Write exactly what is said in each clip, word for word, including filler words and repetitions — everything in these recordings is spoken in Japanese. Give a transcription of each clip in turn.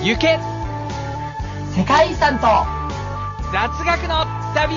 行け世界遺産と雑学の旅。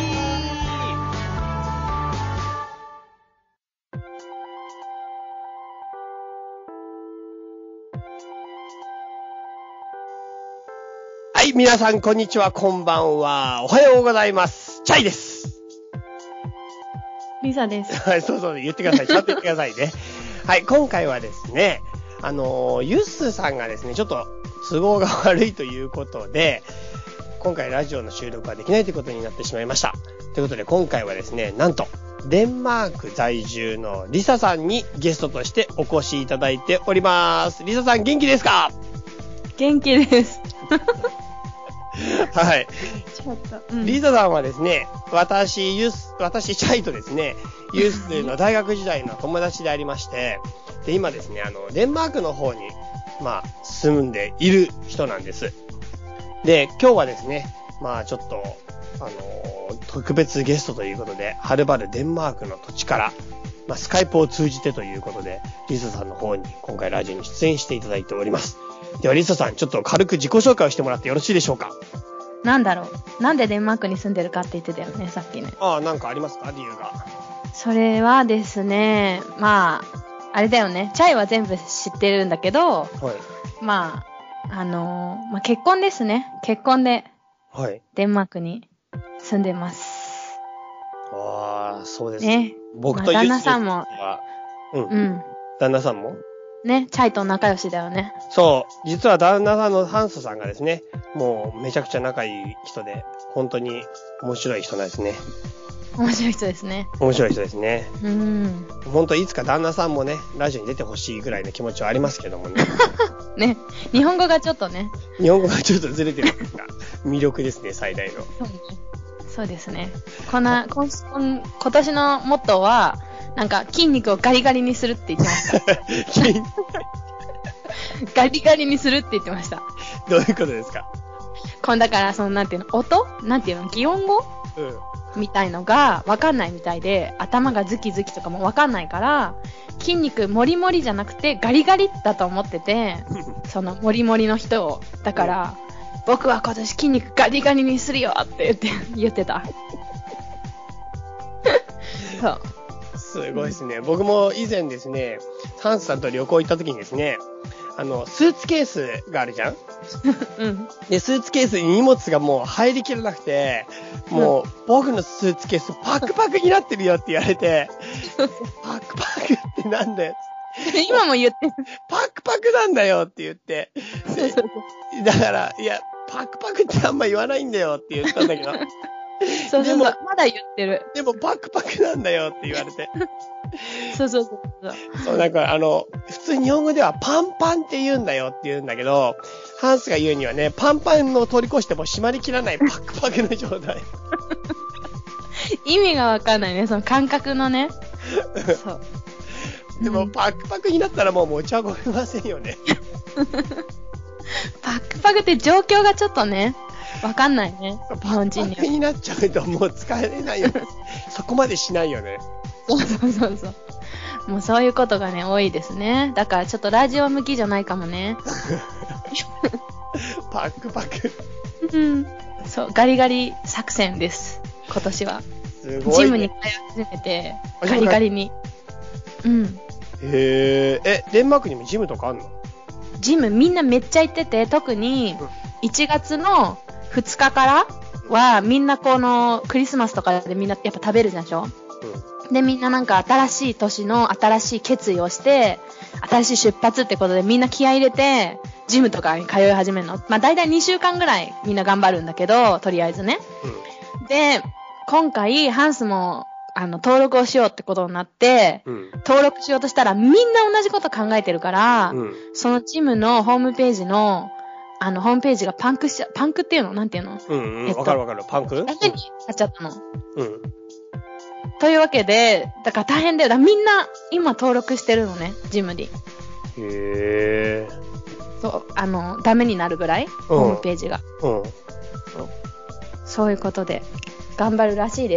はい、皆さんこんにちは、こんばんは、おはようございます。チャイです。 リサです。 はい、そうそう、言ってください。ちゃんと言ってくださいね。はい、今回はですね、あのー、ユッスーさんがですね、ちょっと都合が悪いということで、今回ラジオの収録はできないということになってしまいました。ということで今回はですね、なんと、デンマーク在住のリサさんにゲストとしてお越しいただいております。リサさん元気ですか？ 元気です。 はい。 ちょっと、うん、 リサさんはですね、私、ユス、私、チャイとですね、ユースの大学時代の友達でありまして、で、今ですね、あの、デンマークの方に、まあ、住んでいる人なんです。で、今日はですね、まあ、ちょっと、あの、特別ゲストということで、はるばるデンマークの土地から、まあ、スカイプを通じてということで、リサさんの方に今回ラジオに出演していただいております。ではリサさん、ちょっと軽く自己紹介をしてもらってよろしいでしょうか？ なんだろう、なんでデンマークに住んでるかって言ってたよね、さっきね。 ああ、なんかありますか、理由が？ それはですね、まああれだよね、チャイは全部知ってるんだけど、はい、まああのー、まあ結婚ですね。結婚でデンマークに住んでます。 はい、ああ、そうですね。 僕とユッスーさんは、 うん、うん、旦那さんもね、チャイと仲良しだよね。 そう。実は旦那さんのハンスさんがですね、もうめちゃくちゃ仲いい人で、本当に面白い人なんですね。 面白い人ですね。 面白い人ですね。 うん。 本当いつか旦那さんもね、ラジオに出てほしいぐらいの気持ちはありますけどもね。 ね。日本語がちょっとね。 日本語がちょっとずれてるんですが、魅力ですね、最大の。 そうね。そうですね。こんな、今, 今年のモットーは、なんか筋肉をガリガリにするって言ってました。ガリガリにするって言ってました。 どういうことですか？ こんだからそのなんていうの、音なんていうの、擬音語、うん、みたいのがわかんないみたいで、頭がズキズキとかもわかんないから、筋肉モリモリじゃなくてガリガリだと思ってて、そのモリモリの人をだから、うん、僕は今年筋肉ガリガリにするよって言って言ってた。そう。 すごいですね。僕も以前ですね、ハンスさんと旅行行った時にですね、あの、スーツケースがあるじゃん？うん。で、スーツケースに荷物がもう入りきらなくて、もう、うん、僕のスーツケースパックパクになってるよって言われて、パックパクってなんだよ。 今も言ってる。 パックパクなんだよって言って。だから、いや、パックパクってあんま言わないんだよって言ったんだけど。 そうそうそう、まだ言ってる。 でもパックパクなんだよって言われて。 そうそうそうそう。 そう、なんかあの、普通日本語ではパンパンって言うんだよって言うんだけど、ハンスが言うにはね、パンパンを通り越しても締まりきらないパックパクの状態。 意味がわかんないね、その感覚のね。そう。 でも、うん、パックパクになったらもう持ち運べませんよね。 パックパクって状況がちょっとね、わかんないね。日本人には。 パックパクになっちゃうともう使えないよね。そこまでしないよね。 そうそうそうそう。もうそういうことがね、多いですね。だからちょっとラジオ向きじゃないかもね。 パックパク。 うん。そう、ガリガリ作戦です。今年は。 すごい、ね。 ジムに通い始めて、ガリガリに。うん。 へー。え、デンマークにもジムとかあんの？ ジムみんなめっちゃ行ってて、特にいちがつのふつかからはみんなこのクリスマスとかでみんなやっぱ食べるじゃんでしょ？うん、でみんななんか新しい年の新しい決意をして新しい出発ってことでみんな気合い入れてジムとかに通い始めるの。まあ大体にしゅうかんぐらいみんな頑張るんだけど、とりあえずね。うん、で今回ハンスもあの登録をしようってことになって、うん、登録しようとしたらみんな同じこと考えてるから、うん、そのジムのホームページのあのホームページがパンクしちゃパンクっていうのなんていうの？ うんうん、えっと、わかるわかる、パンク？ ダメになっちゃったの。うん。というわけで、だから大変だよ。だからみんな今登録してるのね、ジムに。 へー。 そう、あのダメになるぐらい、うん、ホームページが。うん。そう。そういうことで頑張るらしいです。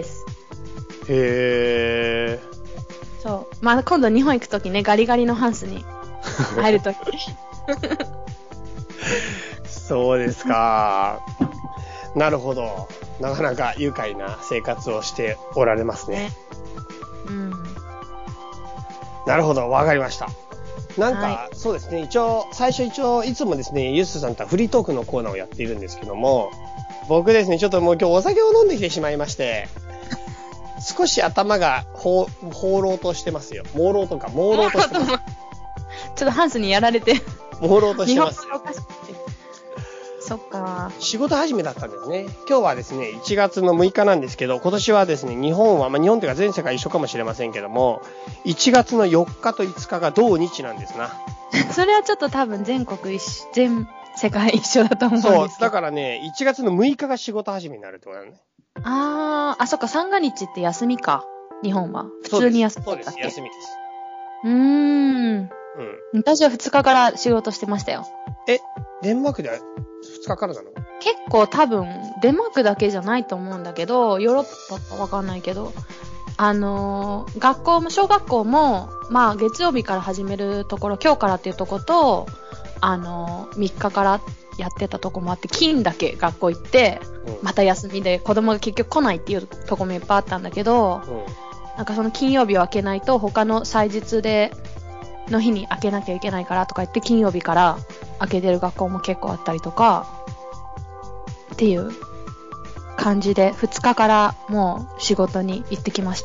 へー。そう。まあ今度日本行くときね、ガリガリのハンスに入るとき。 そうですか。なるほど。なかなか愉快な生活をしておられますね。 うん。 なるほど、わかりました。なんか、 はい、 そうですね、一応、最初一応、いつもですね、ユースさんとはフリートークのコーナーをやっているんですけども、僕ですね、ちょっともう今日お酒を飲んできてしまいまして、少し頭がほう、放浪としてますよ。朦朧とか、朦朧としてます。 ちょっとハンスにやられて。 朦朧としてますよ。 日本語おかしくて。そっか。 仕事始めだったんですね。今日はですね、いちがつのむいかなんですけど、今年はですね、日本は、まあ、日本というか全世界一緒かもしれませんけども、いちがつのよっかといつかが同日なんですな。 それはちょっと多分全国一緒、全世界一緒だと思うんですけど。 そう、だからね、いちがつのむいかが仕事始めになるってことだね。 あー、あ、そっか、三が日って休みか。日本は。普通に休みだったっけ？ そうです、休みです。 うーん。 うん。 私はふつかから仕事してましたよ。 え、デンマークではふつかからなの？ 結構多分、デンマークだけじゃないと思うんだけど、ヨーロッパかわかんないけど、あのー、学校も、小学校も、まあ、月曜日から始めるところ、今日からっていうところと、あのー、みっかからやってたとこもあって、金だけ学校行って、うん、また休みで子供が結局来ないっていうとこもいっぱいあったんだけど、うん、なんかその金曜日を開けないと他の祭日での日に開けなきゃいけないからとか言って金曜日から開けてる学校も結構あったりとかっていう感じでふつかからもう仕事に行ってきました。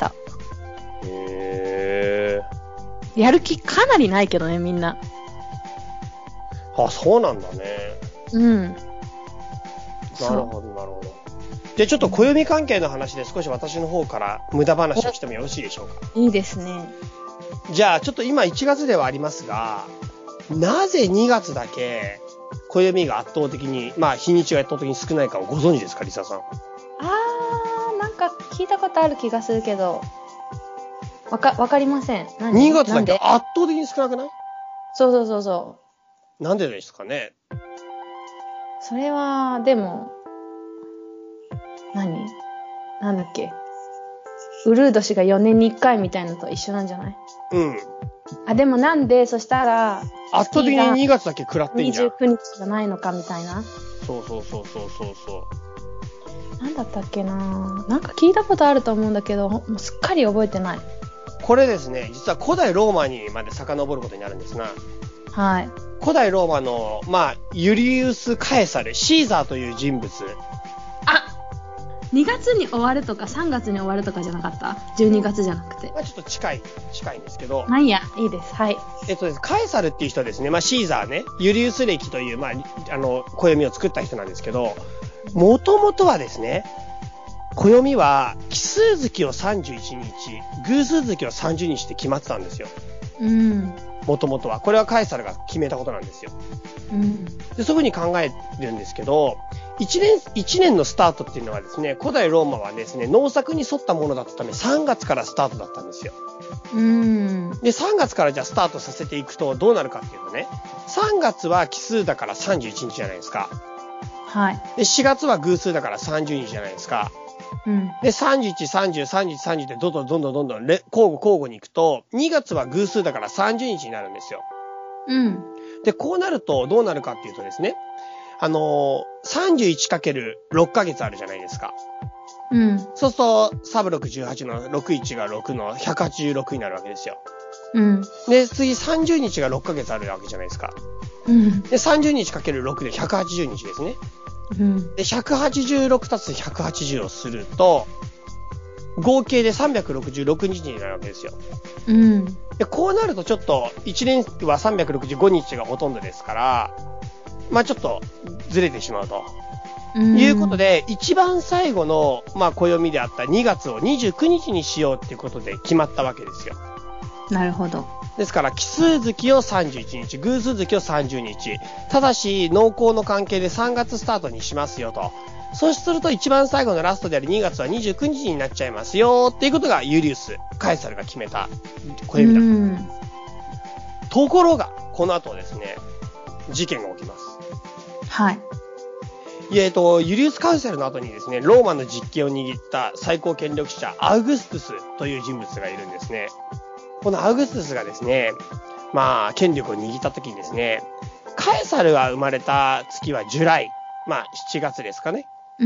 へー。 やる気かなりないけどね、みんな。 あ、そうなんだね。 うん。 なるほど、なるほど。で、ちょっと暦関係の話で少し私の方から無駄話をしてもよろしいでしょうか。 いいですね。 じゃあ、ちょっと今いちがつではありますが、なぜにがつだけ暦が圧倒的に、まあ日にちが圧倒的に少ないかをご存知ですか、リサさん。 あー、なんか聞いたことある気がするけど、わか、わかりません。何？ にがつだけ圧倒的に少なくない？ そうそうそうそう。 なんでですかね。 それは、でも、何？なんだっけ？ウルー年がよねんにいっかいみたいなのと一緒なんじゃない？ うん。 あ、でもなんで、そしたら、 圧倒的ににがつだけ食らってんじゃん。 にじゅうくにちじゃないのかみたいな。 そうそうそうそうそうそう。 なんだったっけなぁ。なんか聞いたことあると思うんだけど、もうすっかり覚えてない。 これですね、実は古代ローマにまで遡ることになるんですが、 はい。 古代ローマの、まあ、ユリウス・カエサル、シーザーという人物。 あ！にがつに終わるとかさんがつに終わるとかじゃなかった？ じゅうにがつじゃなくて。 まあちょっと近い、近いんですけど。 まあいいや、いいです。はい。 えっとです、カエサルっていう人はですね、まあシーザーね、ユリウス暦という、まあ、あの、暦を作った人なんですけど、もともとはですね、暦は奇数月をさんじゅういちにち、偶数月をさんじゅうにちって決まってたんですよ。 うん。 もともとは。これはカエサルが決めたことなんですよ。 うん。 で、そういうふうに考えるんですけど、一年、一年のスタートっていうのはですね、古代ローマはですね、農作に沿ったものだったためさんがつからスタートだったんですよ。 うん。 で、さんがつからじゃあスタートさせていくとどうなるかっていうとね、さんがつは奇数だからさんじゅういちにちじゃないですか。 はい。 で、しがつは偶数だからさんじゅうにちじゃないですか。 うん。 で、さんじゅういち、さんじゅう、さんじゅういち、さんじゅうってどんどんどんどんどんどん交互交互に行くと、にがつは偶数だからさんじゅうにちになるんですよ。 うん。 で、こうなるとどうなるかっていうとですね、あのー、さんじゅういちかけるろっかげつあるじゃないですか。 うん。 そうすると、さんぶろくじゅうはちのろくいちがろくのひゃくはちじゅうろくになるわけですよ。 うん。 で、次さんじゅうにちがろっかげつあるわけじゃないですか。 うん。 で、さんじゅうにちかけるろくでひゃくはちじゅうにちですね。 うん。 で、ひゃくはちじゅうろくたすひゃくはちじゅうをすると、合計でさんびゃくろくじゅうろくにちになるわけですよ。 うん。 で、こうなるとちょっと、いちねんはさんびゃくろくじゅうごにちがほとんどですから、まあちょっとずれてしまうと。いうことで、一番最後の、まあ暦であったにがつをにじゅうくにちにしようっていうことで決まったわけですよ。 なるほど。 ですから、奇数月をさんじゅういちにち、偶数月をさんじゅうにち。ただし、農耕の関係でさんがつスタートにしますよと。そうすると一番最後のラストであるにがつはにじゅうくにちになっちゃいますよっていうことがユリウス・カエサルが決めた暦だ。うん。ところが、この後ですね、事件が起きます。 はい。 いや、えっと、ユリウス・カエサルの後にですね、ローマの実権を握った最高権力者、アウグストゥスという人物がいるんですね。このアウグストゥスがですね、まあ、権力を握った時にですね、 カエサルが生まれた月はジュライ。まあ、しちがつですかね。 うん。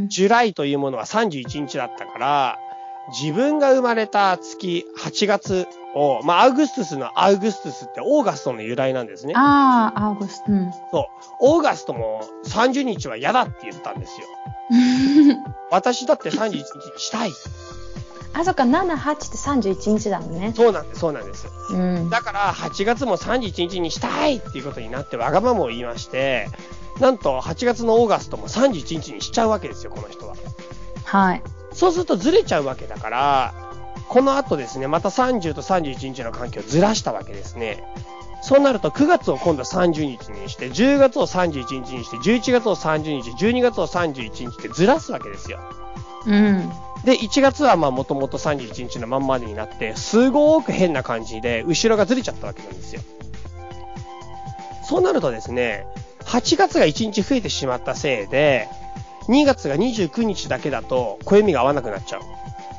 ジュライというものはさんじゅういちにちだったから、自分が生まれた月はちがつを、まあ、アウグストゥスのアウグストゥスってオーガストの由来なんですね。 ああ、アウグスト。うん。 そう。オーガストもさんじゅうにちは嫌だって言ったんですよ。私だってさんじゅういちにちにしたい。 あ、そっか、なな、はちってさんじゅういちにちだもんね。 そうなんです、そうなんです。 うん。 だから、はちがつもさんじゅういちにちにしたいっていうことになってわがままを言いまして、なんとはちがつのオーガストもさんじゅういちにちにしちゃうわけですよ、この人は。 はい。 そうするとずれちゃうわけだから、この後ですね、またさんじゅうとさんじゅういちにちの関係をずらしたわけですね。そうなるとくがつを今度はさんじゅうにちにして、じゅうがつをさんじゅういちにちにして、じゅういちがつをさんじゅうにち、じゅうにがつをさんじゅういちにちってずらすわけですよ。 うん。 で、いちがつはまあもともとさんじゅういちにちのまんまでになって、すごーく変な感じで、後ろがずれちゃったわけなんですよ。そうなるとですね、はちがつがいちにち増えてしまったせいで、にがつがにじゅうくにちだけだと、暦が合わなくなっちゃう。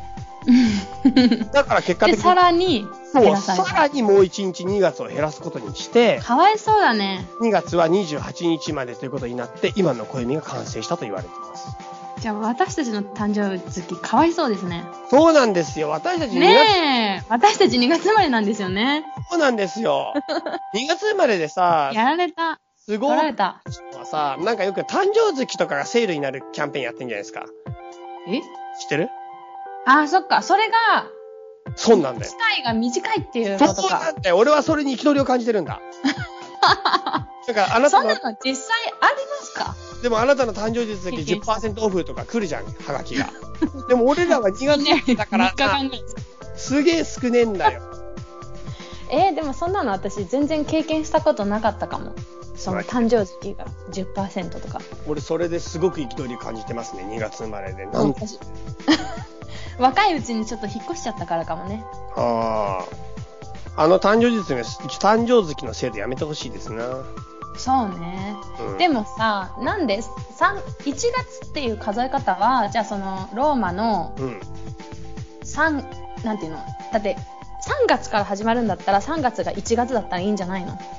だから結果的に。 で、さらに減らされた。 そう、さらにもういちにちにがつを減らすことにして、 かわいそうだね。 にがつはにじゅうはちにちまでということになって、今の暦が完成したと言われています。 じゃあ私たちの誕生月かわいそうですね。 そうなんですよ。私たちにがつ。 ねえ。私たちにがつ生まれなんですよね。 そうなんですよ。にがつ生まれでさ、 やられた。 すごい。 取られた。 さ、なんかよく誕生月とかがセールになるキャンペーンやってんじゃないですか。 え？ 知ってる？ ああ、そっか。それが、 そうなんだよ。 期待が短いっていうことか。 そうなんだよ。俺はそれに憤りを感じてるんだ。だからあなたの。 そんなの実際ありますか？ でもあなたの誕生日だけ じゅっパーセント オフとか来るじゃん、はがきが。でも俺らはにがつだからさ、すげえ少ねえんだよ。 えー、でもそんなの私全然経験したことなかったかも。その誕生月が じゅっパーセント とか。 俺それですごく憤りを感じてますね、にがつ生まれで。なん若いうちにちょっと引っ越しちゃったからかもね。 ああ。あの誕生日の、誕生月の制度やめてほしいですな。 そうね、うん。でもさ、なんで、いちがつっていう数え方は、じゃあその、ローマの、さん、なんていうの、だって、さんがつから始まるんだったら、さんがつがいちがつだったらいいんじゃないの？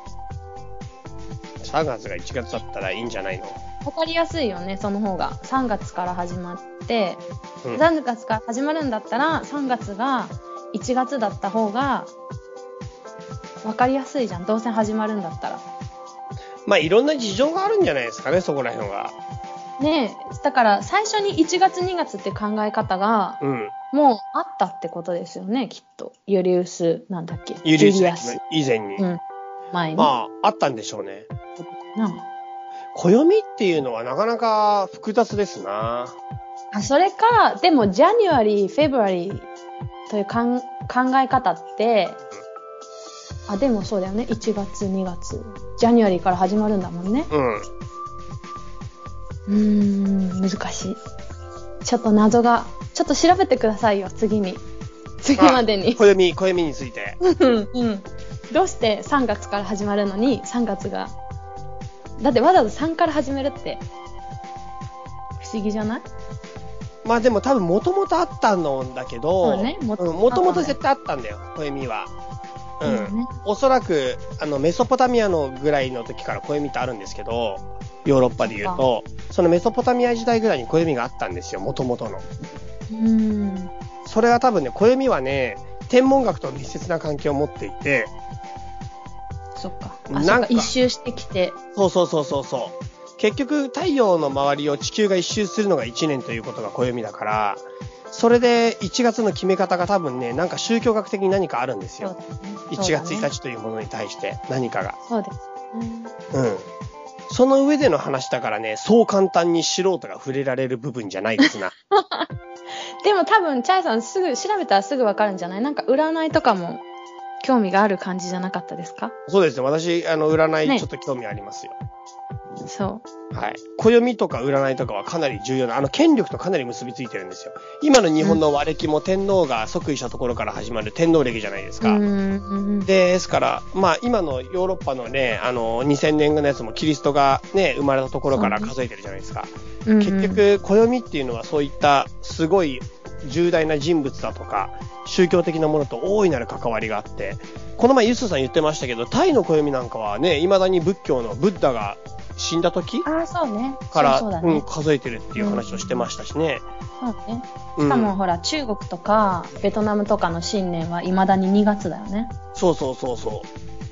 さんがつがいちがつだったらいいんじゃないの？ わかりやすいよね、その方が。さんがつから始まって、うん、さんがつから始まるんだったら、さんがつがいちがつだった方が、わかりやすいじゃん。どうせ始まるんだったら。 まあ、いろんな事情があるんじゃないですかね、そこら辺は。 ねえ、だから最初にいちがつにがつって考え方が、うん、もうあったってことですよね、きっと。ユリウス、なんだっけ。 ユリウス以前に。 うん。前に。 まあ、あったんでしょうね。 なあ。 暦っていうのはなかなか複雑ですな。 あ、それか、でも、ジャニュアリー、フェブラリーというかん考え方って、うん、あ、でもそうだよね。いちがつ、にがつ。ジャニュアリーから始まるんだもんね。うん。うーん、難しい。ちょっと謎が、ちょっと調べてくださいよ、次に。次までに。 暦、暦について。 うん、うん。どうしてさんがつから始まるのに、さんがつが、だってわざわざさんから始めるって、不思議じゃない？ まあでも多分もともとあったんだけど、 そうね、 もともと絶対あったんだよ、暦は。うん。ね、おそらく、あの、メソポタミアのぐらいの時から暦ってあるんですけど、ヨーロッパで言うと、そのメソポタミア時代ぐらいに暦があったんですよ、もともとの。 うーん。 それは多分ね、暦はね、天文学と密接な関係を持っていて、 そっか。あ、なんか一周してきて。 そうそうそうそうそう。結局、太陽の周りを地球が一周するのがいちねんということが暦だから、それでいちがつの決め方が多分ね、なんか宗教学的に何かあるんですよ。そうだね。いちがつついたちというものに対して何かが。 そうです。 うん。うん。その上での話だからね、そう簡単に素人が触れられる部分じゃないですな。 でも多分、チャイさんすぐ、調べたらすぐわかるんじゃない？なんか占いとかも興味がある感じじゃなかったですか？ そうですね。私、あの、占いちょっと興味ありますよ。 ね、そう。 はい。暦とか占いとかはかなり重要な、あの、権力とかなり結びついてるんですよ。今の日本の和暦も天皇が即位したところから始まる天皇暦じゃないですか。 うんですから、まあ、今のヨーロッパのね、あの、にせんねんのやつもキリストがね、生まれたところから数えてるじゃないですか。結局、暦っていうのはそういったすごい重大な人物だとか、宗教的なものと大いなる関わりがあって、この前ユスさん言ってましたけど、タイの暦なんかはね、未だに仏教のブッダが死んだ時ああ、そうね。 から、 そうそうだね、 うん、数えてるっていう話をしてましたしね。 そうね。しかも、うん、ほら、中国とか、ベトナムとかの新年は未だににがつだよね。 そうそうそうそう。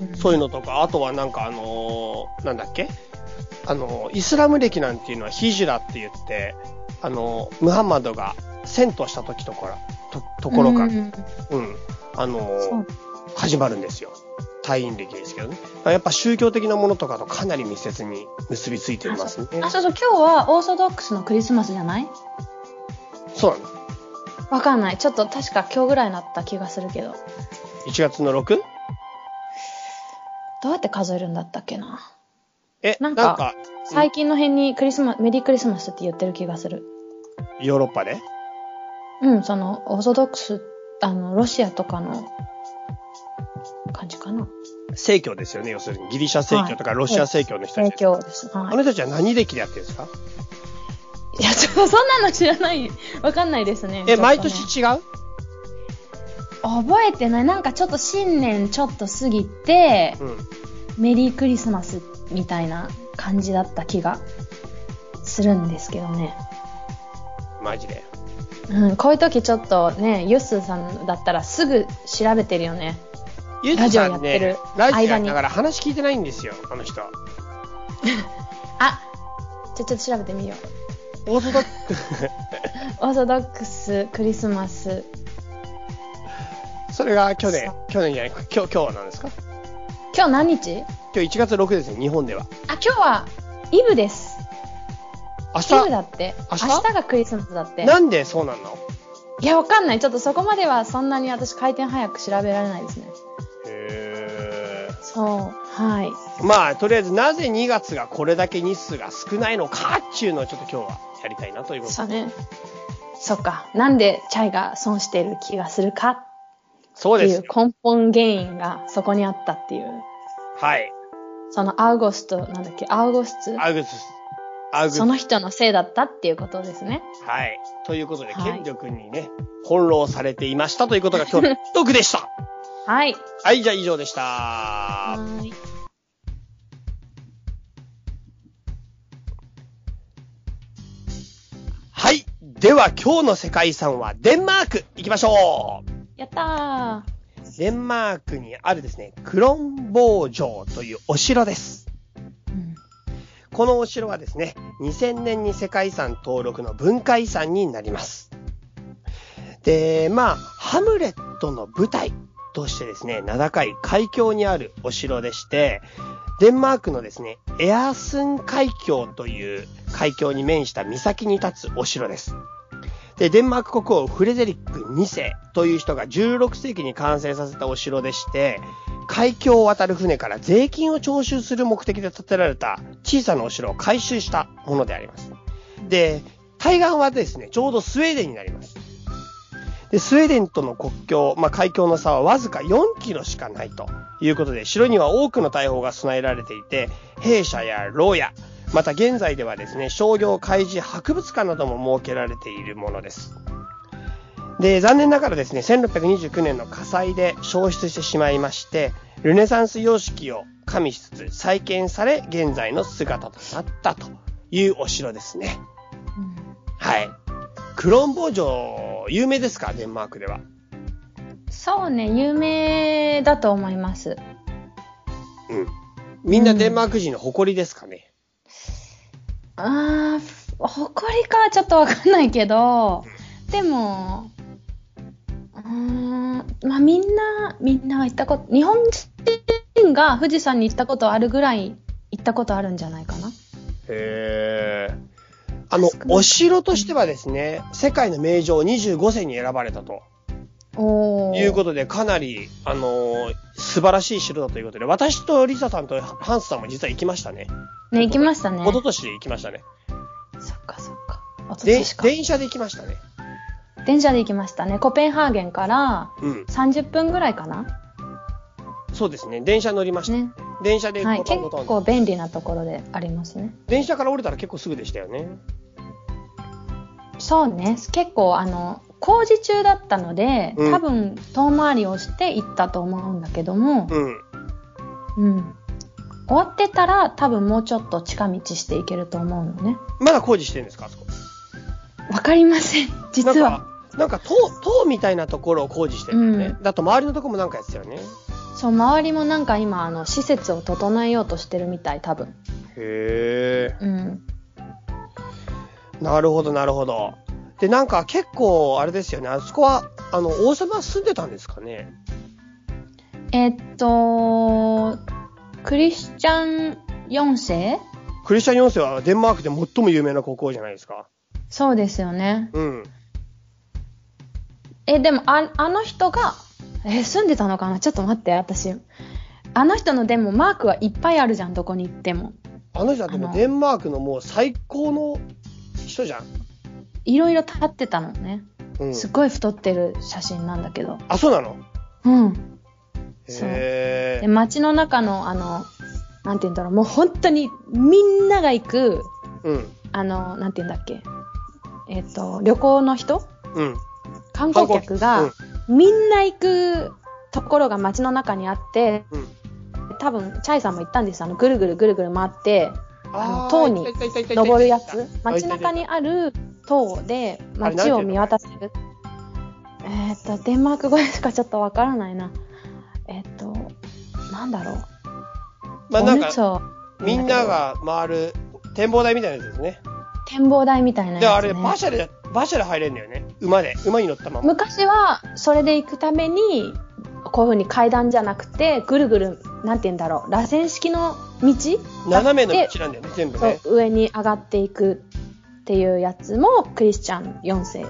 うん、そういうのとか、あとはなんかあのー、なんだっけあのー、イスラム歴なんていうのはヒジュラって言って、あのー、ムハンマドが遷都した時ところ、と、ところから、うん、うん、あのー、始まるんですよ。退院歴ですけどね。やっぱ宗教的なものとかとかなり密接に結びついていますね。 あ、そうそう、今日はオーソドックスのクリスマスじゃない？ そうなの？ わかんない。ちょっと確か今日ぐらいになった気がするけど。 いちがつのろく？ どうやって数えるんだったっけな。 え、 なんか、 なんか最近の辺にクリスマス、メリークリスマスって言ってる気がする。 ヨーロッパで？ うん、その、オーソドックス、あの、ロシアとかの感じかな。 正教ですよね、要するに。ギリシャ正教とかロシア正教の人たちです。 正教です。はい。 あの人たちは何歴でやってるんですか？ いや、ちょっとそんなの知らない。わかんないですね。 え、 ね、 毎年違う？ 覚えてない。なんかちょっと新年ちょっと過ぎて、うん、メリークリスマスみたいな感じだった気がするんですけどね。 マジで？ うん、こういう時ちょっとね、ユッスーさんだったらすぐ調べてるよね。 ユッスーさんね、ラジオやってる間に。だから話聞いてないんですよ、あの人。 あ、ちょ、ちょっと調べてみよう。オーソドックス。 オーソドックスクリスマス。 それが去年、去年じゃない、今日、今日は何ですか？ 今日何日？ 今日いちがつろくですね、日本では。 あ、今日はイブです。 明日？ イブだって。 明日？ 明日がクリスマスだって。 なんでそうなの？ いや、わかんない。ちょっとそこまではそんなに私回転早く調べられないですね。 へー。 そう。はい。 まあ、とりあえずなぜにがつがこれだけ日数が少ないのかっていうのをちょっと今日はやりたいなということで。 そうね。そっか。なんでチャイが損している気がするかっていう根本原因がそこにあったっていう。 はい。 そのアウゴスト、なんだっけ、アウゴスツアウグスアウグスその人のせいだったっていうことですね。 はい。ということで、はい、権力にね、翻弄されていましたということが今日の得でした。 はい。 はい、じゃあ以上でした。 はい。 はい。では今日の世界遺産はデンマーク行きましょう。 やったー。 デンマークにあるですね、クロンボー城というお城です。うん、このお城はですね、にせんねんに世界遺産登録の文化遺産になります。で、まあ、ハムレットの舞台としてですね、名高い海峡にあるお城でして、デンマークのですね、エアースン海峡という海峡に面した岬に立つお城です。で、デンマーク国王フレデリックにせいという人がじゅうろくせいきに完成させたお城でして、海峡を渡る船から税金を徴収する目的で建てられた小さなお城を改修したものであります。で、対岸はですね、ちょうどスウェーデンになります。で、スウェーデンとの国境、まあ、海峡の差はわずかよんキロしかないということで、城には多くの大砲が備えられていて、兵舎や牢屋、また現在ではですね、商業海事博物館なども設けられているものです。で、残念ながらですね、せんろっぴゃくにじゅうきゅうねんの火災で焼失してしまいまして、ルネサンス様式を加味しつつ再建され、現在の姿となったというお城ですね。うん、はい。クロンボー城、有名ですか？デンマークでは。 そうね、有名だと思います。 うん。みんなデンマーク人の誇りですかね？ うん、あー、誇りかはちょっとわかんないけど、でも、うーん、まあ、みんな、みんなは行ったこと、日本人が富士山に行ったことあるぐらい行ったことあるんじゃないかな。 へー。あの、お城としてはですね、世界の名城にじゅうごせいに選ばれたと。おー。いうことで、かなり、あのー、素晴らしい城だということで、私とリサさんとハンスさんも実は行きましたね。 ね、行きましたね。 一昨年で行きましたね。 そっかそっか。 で、電車で行きましたね。 電車で行きましたね。コペンハーゲンからさんじゅっぷんぐらいかな、 うん、そうですね。電車乗りました。ね、電車ではい、結構便利なところでありますね。 電車から降りたら結構すぐでしたよね。 そうね。結構あの、 工事中だったので、 うん多分遠回りをして行ったと思うんだけども、 うん。 うん。終わってたら多分もうちょっと近道していけると思うのね。 まだ工事してるんですか、あそこ。 わかりません、実は。 なんか、なんか塔、塔みたいなところを工事してるんだよね。 うだと周りのとこもなんかやってたよね。 そう、周りもなんか今、あの、施設を整えようとしてるみたい、多分。 へー。 うん。 なるほど、なるほど。で、なんか結構、あれですよね。あそこは、あの、王様住んでたんですかね。 えっと、クリスチャンよん世？ クリスチャンよん世はデンマークで最も有名な国王じゃないですか。 そうですよね。 うん。 え、でも、あ、あの人が、え、住んでたのかな？ちょっと待って、私。あの人のでもマークはいっぱいあるじゃん、どこに行っても。 あの人だってもうあのデンマークのもう最高の人じゃん。 いろいろ立ってたのね。 うん。 すっごい太ってる写真なんだけど。 あ、そうなの？ うん。そうへで、街の中の、あの、なんて言うんだろう、もう本当にみんなが行く、 ー。うん。 あの、なんて言うんだっけ。えっと、旅行の人？ うん。 観光客が、みんな行くところが街の中にあって、 うん。 多分、チャイさんも言ったんです。あの、ぐるぐるぐるぐる回って、あの、塔にいたいたいたいたいた登るやつ。 あ街中にある塔で街を見渡せる。えっと、デンマーク語でしかちょっとわからないな。えっと、なんだろう。 まあなんか、 か、 みんなが回る展望台みたいなやつですね。 展望台みたいなやつ、ね。 で、あれ、馬車で、馬車で入れるんだよね。馬で。馬に乗ったまま。 昔は、それで行くために、こういう風に階段じゃなくて、ぐるぐる、なんて言うんだろう、螺旋式の道斜めの道なんだよね、全部ね。 そう、上に上がっていくっていうやつも、クリスチャンよん世。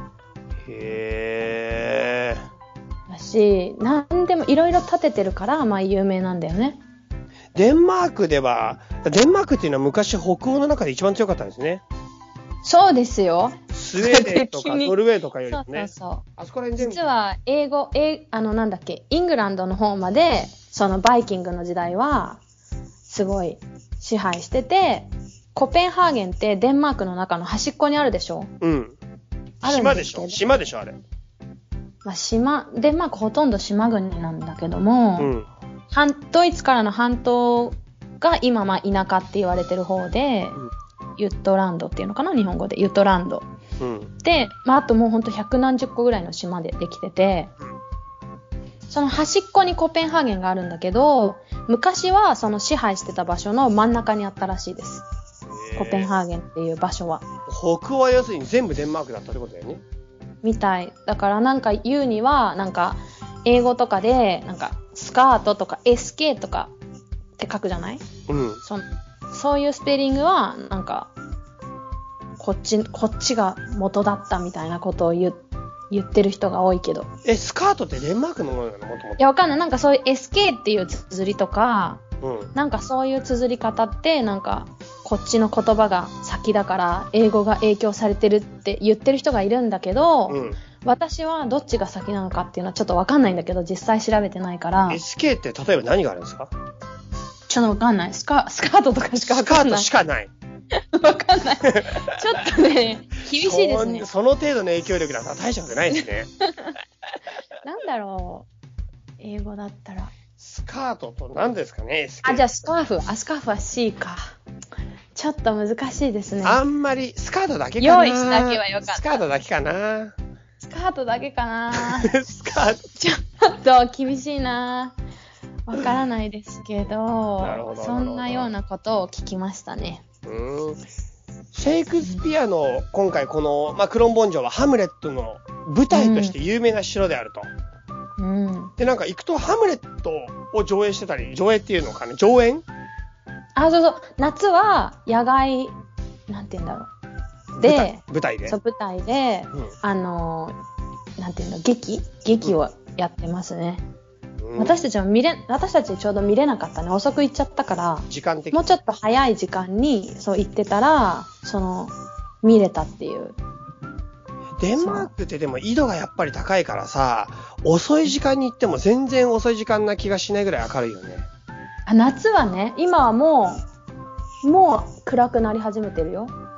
へー。 だし、なんでもいろいろ建ててるから、まあ有名なんだよね。 デンマークでは、デンマークっていうのは昔北欧の中で一番強かったんですね。 そうですよ。 スウェーデンとか急にノルウェーとかよりそうもね。 そうそう。 あそこら辺全部。 実は英語、英、あのなんだっけ、イングランドの方まで、そのバイキングの時代は、すごい支配してて、コペンハーゲンってデンマークの中の端っこにあるでしょ？ うん。 あるんでけど島ですしょ島でしょあれ。 まあ島、デンマークほとんど島国なんだけども、 うん。 半ドイツからの半島が今まあ田舎って言われてる方で、 うんユットランドっていうのかな日本語で。ユットランド。 うん。 で、まああともうほんと百何十個ぐらいの島でできてて、その端っこにコペンハーゲンがあるんだけど、昔はその支配してた場所の真ん中にあったらしいです。コペンハーゲンっていう場所は。 北欧は要するに全部デンマークだったってことだよね。 みたい。だからなんか言うには、なんか英語とかで、なんかスカートとか エスケー とかって書くじゃない？ うん。 そそういうスペリングは、なんか、こっち、こっちが元だったみたいなことを言言ってる人が多いけど。 え、スカートってデンマークのものなのもともと。 いや、わかんない。なんかそういう エスケー っていう綴りとか、 うん。 なんかそういう綴り方って、なんか、こっちの言葉が先だから、英語が影響されてるって言ってる人がいるんだけど、 うん。 私はどっちが先なのかっていうのはちょっとわかんないんだけど、実際調べてないから、 エスケー って例えば何があるんですか？ ちょっとわかんない。スカ、スカートとかしかわスカートかんない。 しかない。 わかんない。ちょっとね、厳しいですね。 そんその程度の影響力だったら大したことないですね。 なんだろう。英語だったら。 スカートと何ですかね？エスケー。 あ、じゃあスカーフ。あ、スカーフは C か。ちょっと難しいですね。 あんまり、スカートだけかな。 用意しだけはよかったスカートだけかな。 スカートだけかな。 スカート。 ちょっと厳しいな。わからないですけど、 なるほどそんなようなことを聞きましたね。 うーん。シェイクスピアの今回この、まあ、クロンボン城はハムレットの舞台として有名な城であると。 うん。 で、なんか行くとハムレットを上映してたり、上映っていうのかね、上演あ、そうそう。夏は野外、なんて言うんだろう。で、 舞台で。 そう、舞台で、 うんあの、なんて言うんだ、劇劇をやってますね。 うん、 私たちも見れ、私たちちょうど見れなかったね。遅く行っちゃったから、 時間的もうちょっと早い時間に、そう行ってたら、その、見れたっていう。 デンマークってでも緯度がやっぱり高いからさ、遅い時間に行っても全然遅い時間な気がしないぐらい明るいよね。 あ、夏はね、今はもう、もう暗くなり始めてるよ。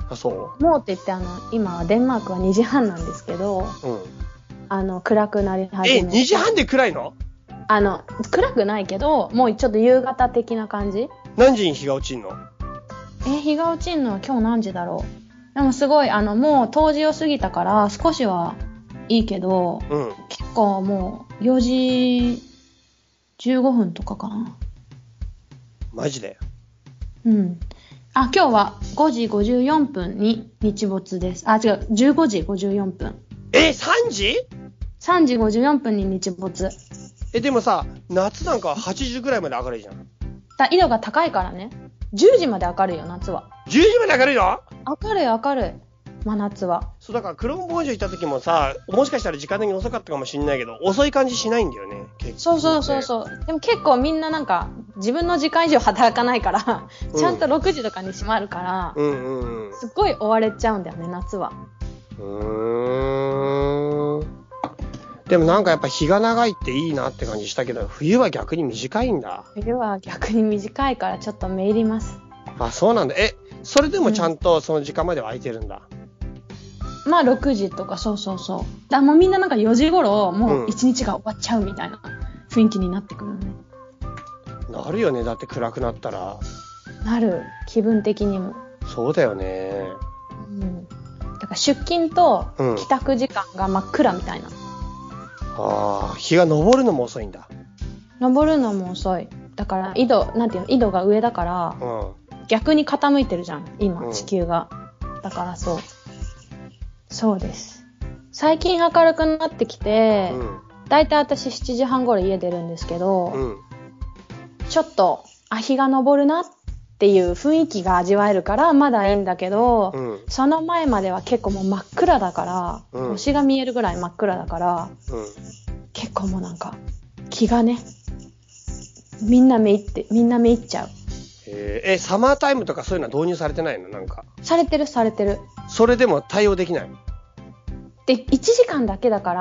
あ、そう？ もうって言ってあの、今デンマークはにじはんなんですけど、 うん。 あの、暗くなり始めえ、にじはんで暗いの？ あの、暗くないけど、もうちょっと夕方的な感じ？ 何時に日が落ちんの？ え、日が落ちんのは今日何時だろう？でもすごい、あの、もう冬至を過ぎたから少しはいいけど、 うん。 結構もうよじじゅうごふんとかかな。 マジで？ うん。あ、今日はごじごじゅうよんぷんに日没です。あ、違う、じゅうごじごじゅうよんぷん。 え、さんじ？ さんじごじゅうよんぷんに日没。 え、でもさ、夏なんかはちじぐらいまで明るいじゃん。 だ、緯度が高いからね。じゅうじまで明るいよ、夏は。 じゅうじまで明るいの？ 明るい明るい。真夏は。 そう、だからクローンボンジョ行った時もさ、もしかしたら時間的に遅かったかもしれないけど、遅い感じしないんだよね、結構。 そうそうそうそう。でも結構みんななんか、自分の時間以上働かないから、 うん、 ちゃんとろくじとかに閉まるから、 うんうんうん、 すっごい追われちゃうんだよね、夏は。 うーん。でもなんかやっぱ日が長いっていいなって感じしたけど、冬は逆に短いんだ。 冬は逆に短いからちょっとめいります。 あ、そうなんだ。え、それでもちゃんとその時間までは空いてるんだ。 うん、まあろくじとか、そうそうそう。だもうみんななんかよじ頃、もう一日が終わっちゃうみたいな雰囲気になってくるね。 うん、なるよね。だって暗くなったら。 なる。気分的にも。 そうだよね。 うん。だから出勤と帰宅時間が真っ暗みたいな。うん、 ああ、日が昇るのも遅いんだ。 昇るのも遅い。だから緯度、なんていうの、緯度が上だから、うん、逆に傾いてるじゃん、今、地球が。うん、だからそう。そうです。最近明るくなってきて、うん、だいたい私しちじはん頃家出るんですけど、うん、ちょっと、あ、日が昇るなっていう雰囲気が味わえるからまだいいんだけど、うん、その前までは結構もう真っ暗だから、うん、星が見えるぐらい真っ暗だから、うん、結構もうなんか気がね、みんなめいってみんなめいっちゃう。 えー、えサマータイムとかそういうのは導入されてないの？なんかされてるされてる。 それでも対応できない？ でいちじかんだけだから、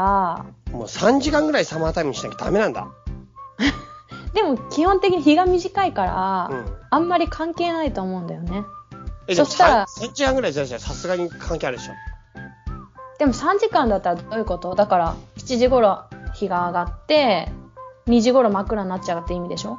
もうさんじかんぐらいサマータイムにしなきゃダメなんだ。 でも基本的に日が短いから、うん、あんまり関係ないと思うんだよね。 え、そしたらさんじかんぐらいじゃさすがに関係あるでしょ。 でもさんじかんだったらどういうこと？だからしちじ頃日が上がってにじ頃真っ暗になっちゃうって意味でしょ？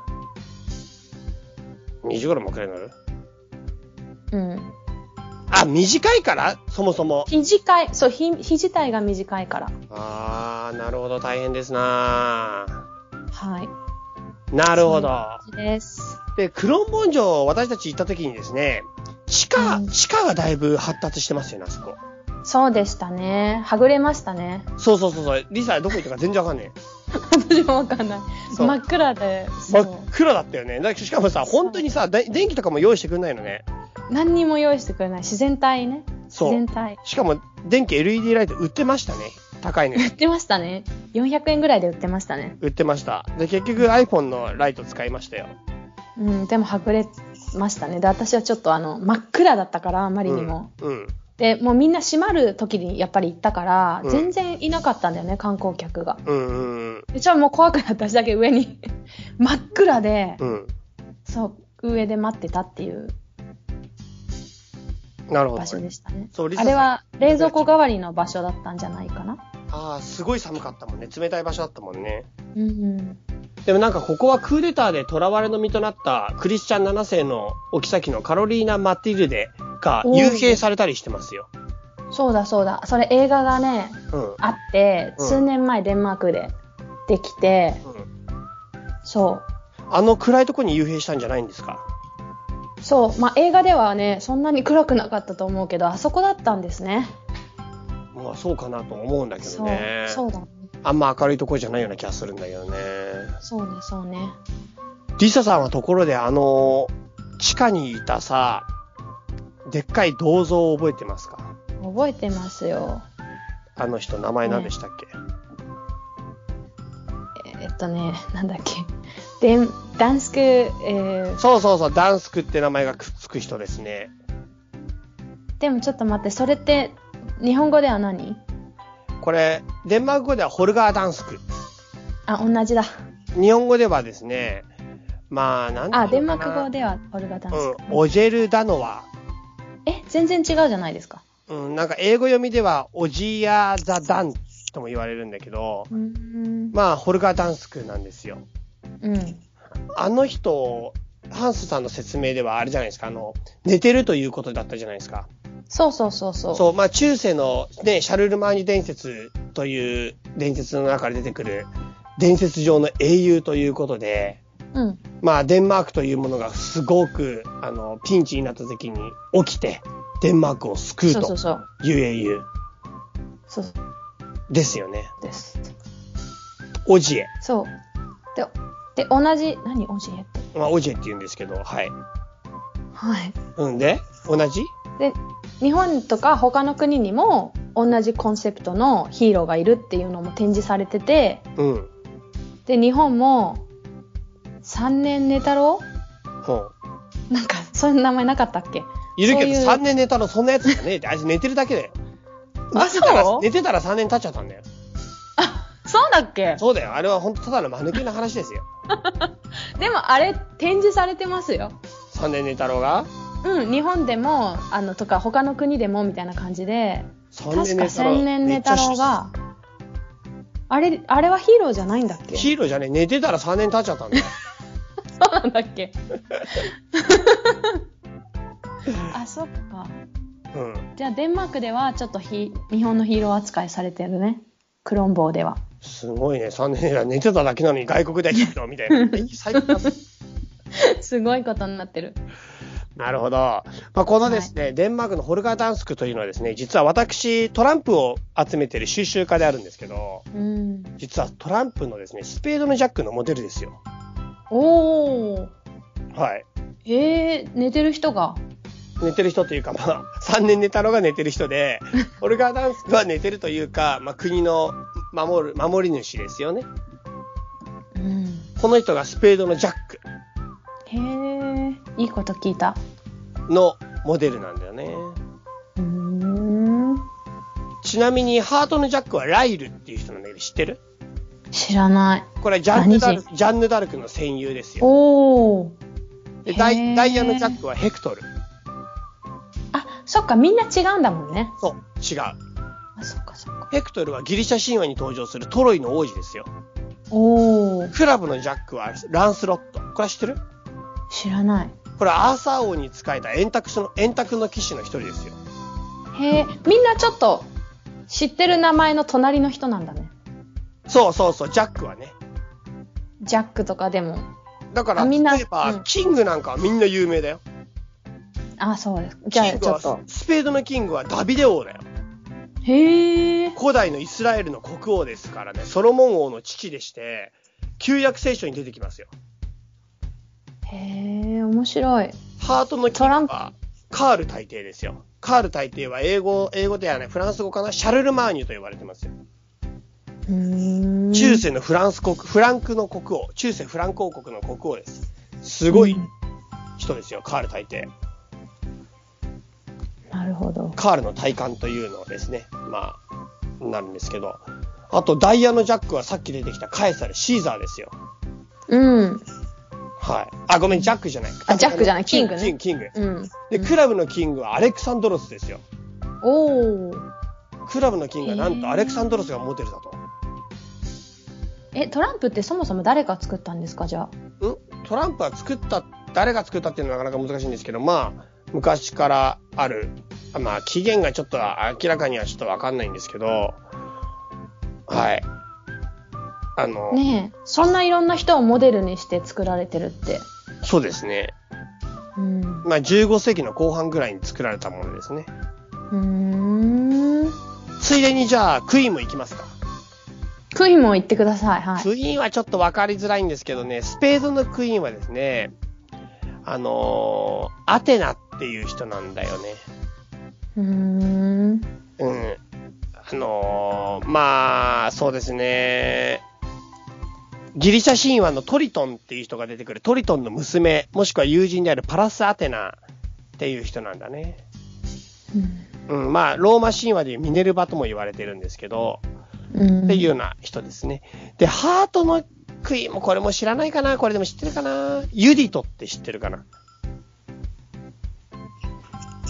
にじ頃真っ暗になる？ うん。 あ、短いから？そもそも。 短い。そう、日、日自体が短いから。 あー、なるほど。大変ですなはい。 なるほど。 です。 で、クロンボンジョ私たち行った時にですね、地下、うん、地下がだいぶ発達してますよね、あそこ。 そうでしたね。はぐれましたね。 そうそうそうそう。リサどこ行ったか全然わかんねえ。 私もわかんない。真っ暗で。 真っ暗だったよね。だしかもさ、本当にさ、電気とかも用意してくれないのね。 何にも用意してくれない。自然体ね。自然体。 しかも、電気 エルイーディー ライト売ってましたね。高いね。 売ってましたね。よんひゃくえんぐらいで売ってましたね。 売ってました。で、結局 iPhone のライト使いましたよ。 うん、でもはぐれましたね。で、私はちょっとあの、真っ暗だったから、あまりにも。うん。うん、で、もうみんな閉まる時にやっぱり行ったから、うん、全然いなかったんだよね、観光客が。うんうんうん。で、ちょっともう怖くなった私だけ上に、真っ暗で、うん、そう、上で待ってたっていう。 なるほど。 場所でしたね。そう、あれは冷蔵庫代わりの場所だったんじゃないかな。 ああ、すごい寒かったもんね。冷たい場所だったもんね。 うんうん。 でもなんかここはクーデターで囚われの身となったクリスチャンななせいのお妃のカロリーナ・マティルデが幽閉されたりしてますよ。 そうだそうだ。それ映画がね、うん、あって、数年前デンマークでできて、うん、そう。 あの暗いとこに幽閉したんじゃないんですか？ そう。まあ、映画ではね、そんなに暗くなかったと思うけど、あそこだったんですね。 まあ、そうかなと思うんだけどね。 そう、そうだね。 あんま明るいところじゃないような気がするんだけどね。 そうね、そうね。 リサさんはところであの、地下にいたさ、でっかい銅像を覚えてますか？ 覚えてますよ。 あの人、名前何でしたっけ？ ね、えっとね、なんだっけ。でダンスク、えー、 そうそうそう、ダンスクって名前がくっつく人ですね。 でもちょっと待って、それって日本語では何？ これデンマーク語ではホルガー・ダンスク。 あ、同じだ。 日本語ではですね、まあなんていうのかな。 あ、デンマーク語ではホルガー・ダンスク。 うん、オジェル・ダノワ。 え、 全然違うじゃないですか。 うん、なんか英語読みでは、オジア・ザ・ダンとも言われるんだけど、 うーん。 まあ、ホルガー・ダンスクなんですよ。 うん。 あの人、ハンスさんの説明ではあれじゃないですか、あの、寝てるということだったじゃないですか。 そうそうそうそう。 そう、まあ中世のね、シャルルマーニュ伝説という伝説の中で出てくる伝説上の英雄ということで、 うん。 まあデンマークというものがすごく、あの、ピンチになった時に起きて、デンマークを救うという英雄そうそうですよね。 です。 オジエ。 そう。で、で、同じ、何オジエって。 まあオジエって言うんですけど、はい。 はい。 うんで、同じ？ で、日本とか他の国にも同じコンセプトのヒーローがいるっていうのも展示されてて、 うん。 で、日本も三年寝太郎ほう。なんか、そういう名前なかったっけ？ いるけど、 そういうさんねん寝たのそんなやつじゃねえって、あいつ寝てるだけだよ。 あ、 寝てたらそう寝てたらさんねん経っちゃったんだよ。 あ、そうだっけ？ そうだよ。あれは本当ただの間抜けな話ですよ。 でもあれ展示されてますよ。 さんねん寝太郎がうん、日本でも、あの、とか他の国でもみたいな感じで、 さんねん確か寝太郎千年寝太郎が、あれ、あれはヒーローじゃないんだっけ？ ヒーローじゃねえ。寝てたらさんねん経っちゃったんだよ。 そうなんだっけ？あ、そっか。 うん。 じゃあデンマークではちょっとひ日本のヒーロー扱いされてるね。クロンボーでは。 すごいね。さんねん寝寝てただけなのに外国ではヒーローみたいな。最高だ。 すごいことになってる。 なるほど。まあ、このですね、はい、デンマークのホルガー・ダンスクというのはですね、実は私、トランプを集めている収集家であるんですけど、 うん、 実はトランプのですね、スペードのジャックのモデルですよ。 おー。 はい。 えー、寝てる人が寝てる人というか、まあ、さんねん寝たのが寝てる人で、ホルガー・ダンスクは寝てるというか、まあ、国の守る、守り主ですよね。 うん。 この人がスペードのジャック。 へー、いいこと聞いた。 のモデルなんだよね。 うーん。 ちなみに、ハートのジャックはライルっていう人なんだけど、知ってる？ 知らない。 これはジャンヌ・ダルク、ジャンヌ・ダルクの戦友ですよ。 おー。 でダイ、ダイヤのジャックはヘクトル。 あ、そっか、みんな違うんだもんね。 そう、違う。 あ、そっかそっか。 ヘクトルはギリシャ神話に登場するトロイの王子ですよ。 おー。 クラブのジャックはランスロット。これは知ってる？ 知らない。 これはアーサー王に仕えた円卓の、円卓の騎士の一人ですよ。 へー、みんなちょっと知ってる名前の隣の人なんだね。 そうそうそう、ジャックはね。 ジャックとかでも。 だから、 みんな例えば、 うん、 キングなんかはみんな有名だよ。 あ、そうです。じゃあちょっと。 スペードのキングはダビデ王だよ。 へー。 古代のイスラエルの国王ですからね、ソロモン王の父でして、旧約聖書に出てきますよ。 へー、面白い。 ハートのキングはカール大帝ですよ。カール大帝は英語、英語ではない、フランス語かな、シャルルマーニュと呼ばれてますよ。 うーん。 中世のフランス国、フランクの国王、中世フランク王国の国王です。すごい人ですよ、カール大帝。 なるほど。 カールの体感というのですね、まあ、なるんですけど。あと、ダイヤのジャックはさっき出てきたカエサル、シーザーですよ。 うん。 はい。あ、ごめん、ジャックじゃない。 あ、ジャックじゃない、キングね。 キング、キング。 うん。 で、クラブのキングはアレクサンドロスですよ。 おー。 クラブのキングはなんとアレクサンドロスがモデルだと。 え、トランプってそもそも誰が作ったんですか、じゃあ。んトランプは作った、誰が作ったっていうのはなかなか難しいんですけど、まあ、昔からある、まあ、期限がちょっと明らかにはちょっとわかんないんですけど、はい。あの、 ねえ、そんないろんな人をモデルにして作られてるって。 そうですね。 うん。 まあ、じゅうご世紀の後半ぐらいに作られたものですね。 うーん。 ついでにじゃあ、クイーンも行きますか。 クイーンも言ってください。はい。 クイーンはちょっとわかりづらいんですけどね、スペードのクイーンはですね、あのー、アテナっていう人なんだよね。 うーん。 うん。あのー、まあ、そうですね。ギリシャ神話のトリトンっていう人が出てくる、トリトンの娘、もしくは友人であるパラスアテナっていう人なんだね。うん。うん、まあ、ローマ神話でいうミネルバとも言われてるんですけど、うん、っていうような人ですね。で、ハートのクイーンもこれも知らないかな？これでも知ってるかな？ユディトって知ってるかな？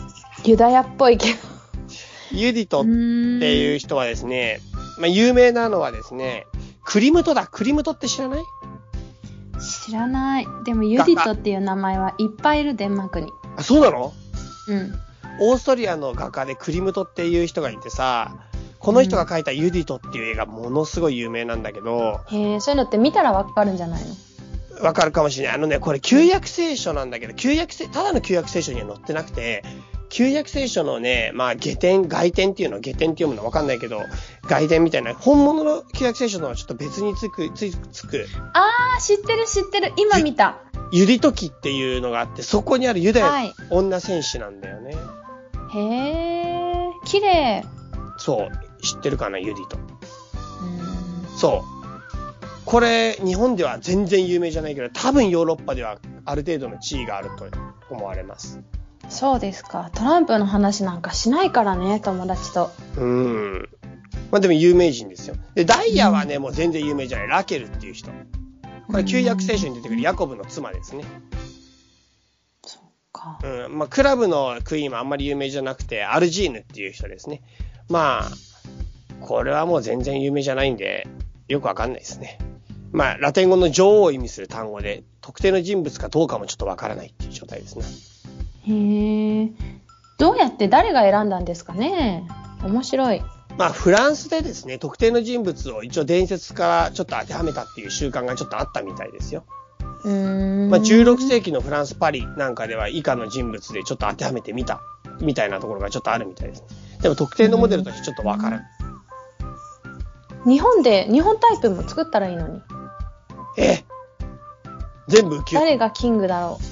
ユダヤっぽいけど。 ユディトっていう人はですね、まあ、有名なのはですね、クリムトだ。クリムトって知らない？ 知らない。でもユディトっていう名前はいっぱいいる、デンマークに。 あ、そうなの？ うん。 オーストリアの画家でクリムトっていう人がいてさ、この人が描いたユディトっていう映画ものすごい有名なんだけど、 へえ、そういうのって見たらわかるんじゃないの？ わかるかもしれない。あのね、これ旧約聖書なんだけど、旧約聖、ただの旧約聖書には載ってなくて、旧約聖書のね、まあ、下典、外典っていうの、下典って読むのわかんないけど、外典みたいな、本物の旧約聖書とはちょっと別につく、つつく。 あー、知ってる知ってる。今見た。 ユディト記っていうのがあって、そこにあるユダヤはいの女戦士なんだよね。 へえ、綺麗。 そう、知ってるかな、ユディト。 うーん。 そう。これ、日本では全然有名じゃないけど、多分ヨーロッパではある程度の地位があると思われます。 そうですか。トランプの話なんかしないからね、友達と。 うーん。まあでも有名人ですよ。で、ダイヤはね、もう全然有名じゃない。ラケルっていう人。これ旧約聖書に出てくるヤコブの妻ですね。 そっか。 うん。まあクラブのクイーンはあんまり有名じゃなくて、アルジーヌっていう人ですね。まあ、これはもう全然有名じゃないんで、よくわかんないですね。まあ、ラテン語の女王を意味する単語で、特定の人物かどうかもちょっとわからないっていう状態ですね。 へえ。どうやって誰が選んだんですかね？面白い。 まあ、フランスでですね、特定の人物を一応伝説からちょっと当てはめたっていう習慣がちょっとあったみたいですよ。 うーん。 まあ、じゅうろくせいきのフランス・パリなんかでは以下の人物でちょっと当てはめてみたみたいなところがちょっとあるみたいですね。でも特定のモデルとしてちょっとわからん。 日本で、日本タイプも作ったらいいのに。 え全部急。 誰がキングだろ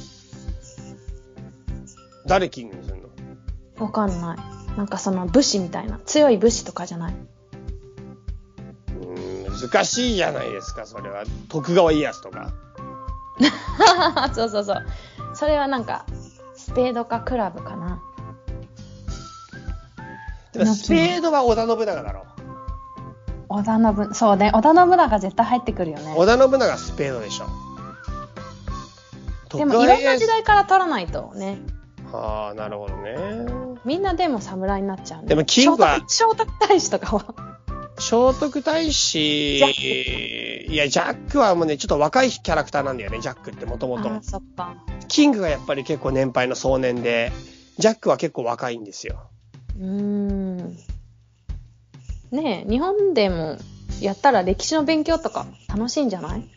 誰キングにするの？ う？わかんない。なんかその武士みたいな。強い武士とかじゃない。 うーん、難しいじゃないですか、それは。徳川家康とか。 そうそうそう。それはなんか、スペードかクラブかな。 でもスペードは織田信長だろう。 織田信、そうね。織田信長絶対入ってくるよね。 織田信長スペードでしょ。 でもいろんな時代から取らないとね。 はあ、なるほどね。 みんなでも侍になっちゃうね。 でもキングは聖徳太子とかは聖徳太子、いや、ジャックはもうね、ちょっと若いキャラクターなんだよね、ジャックってもともと。 あ、そっか。 キングがやっぱり結構年配の壮年で、ジャックは結構若いんですよ。 うーん。ねえ、日本でもやったら歴史の勉強とか楽しいんじゃない？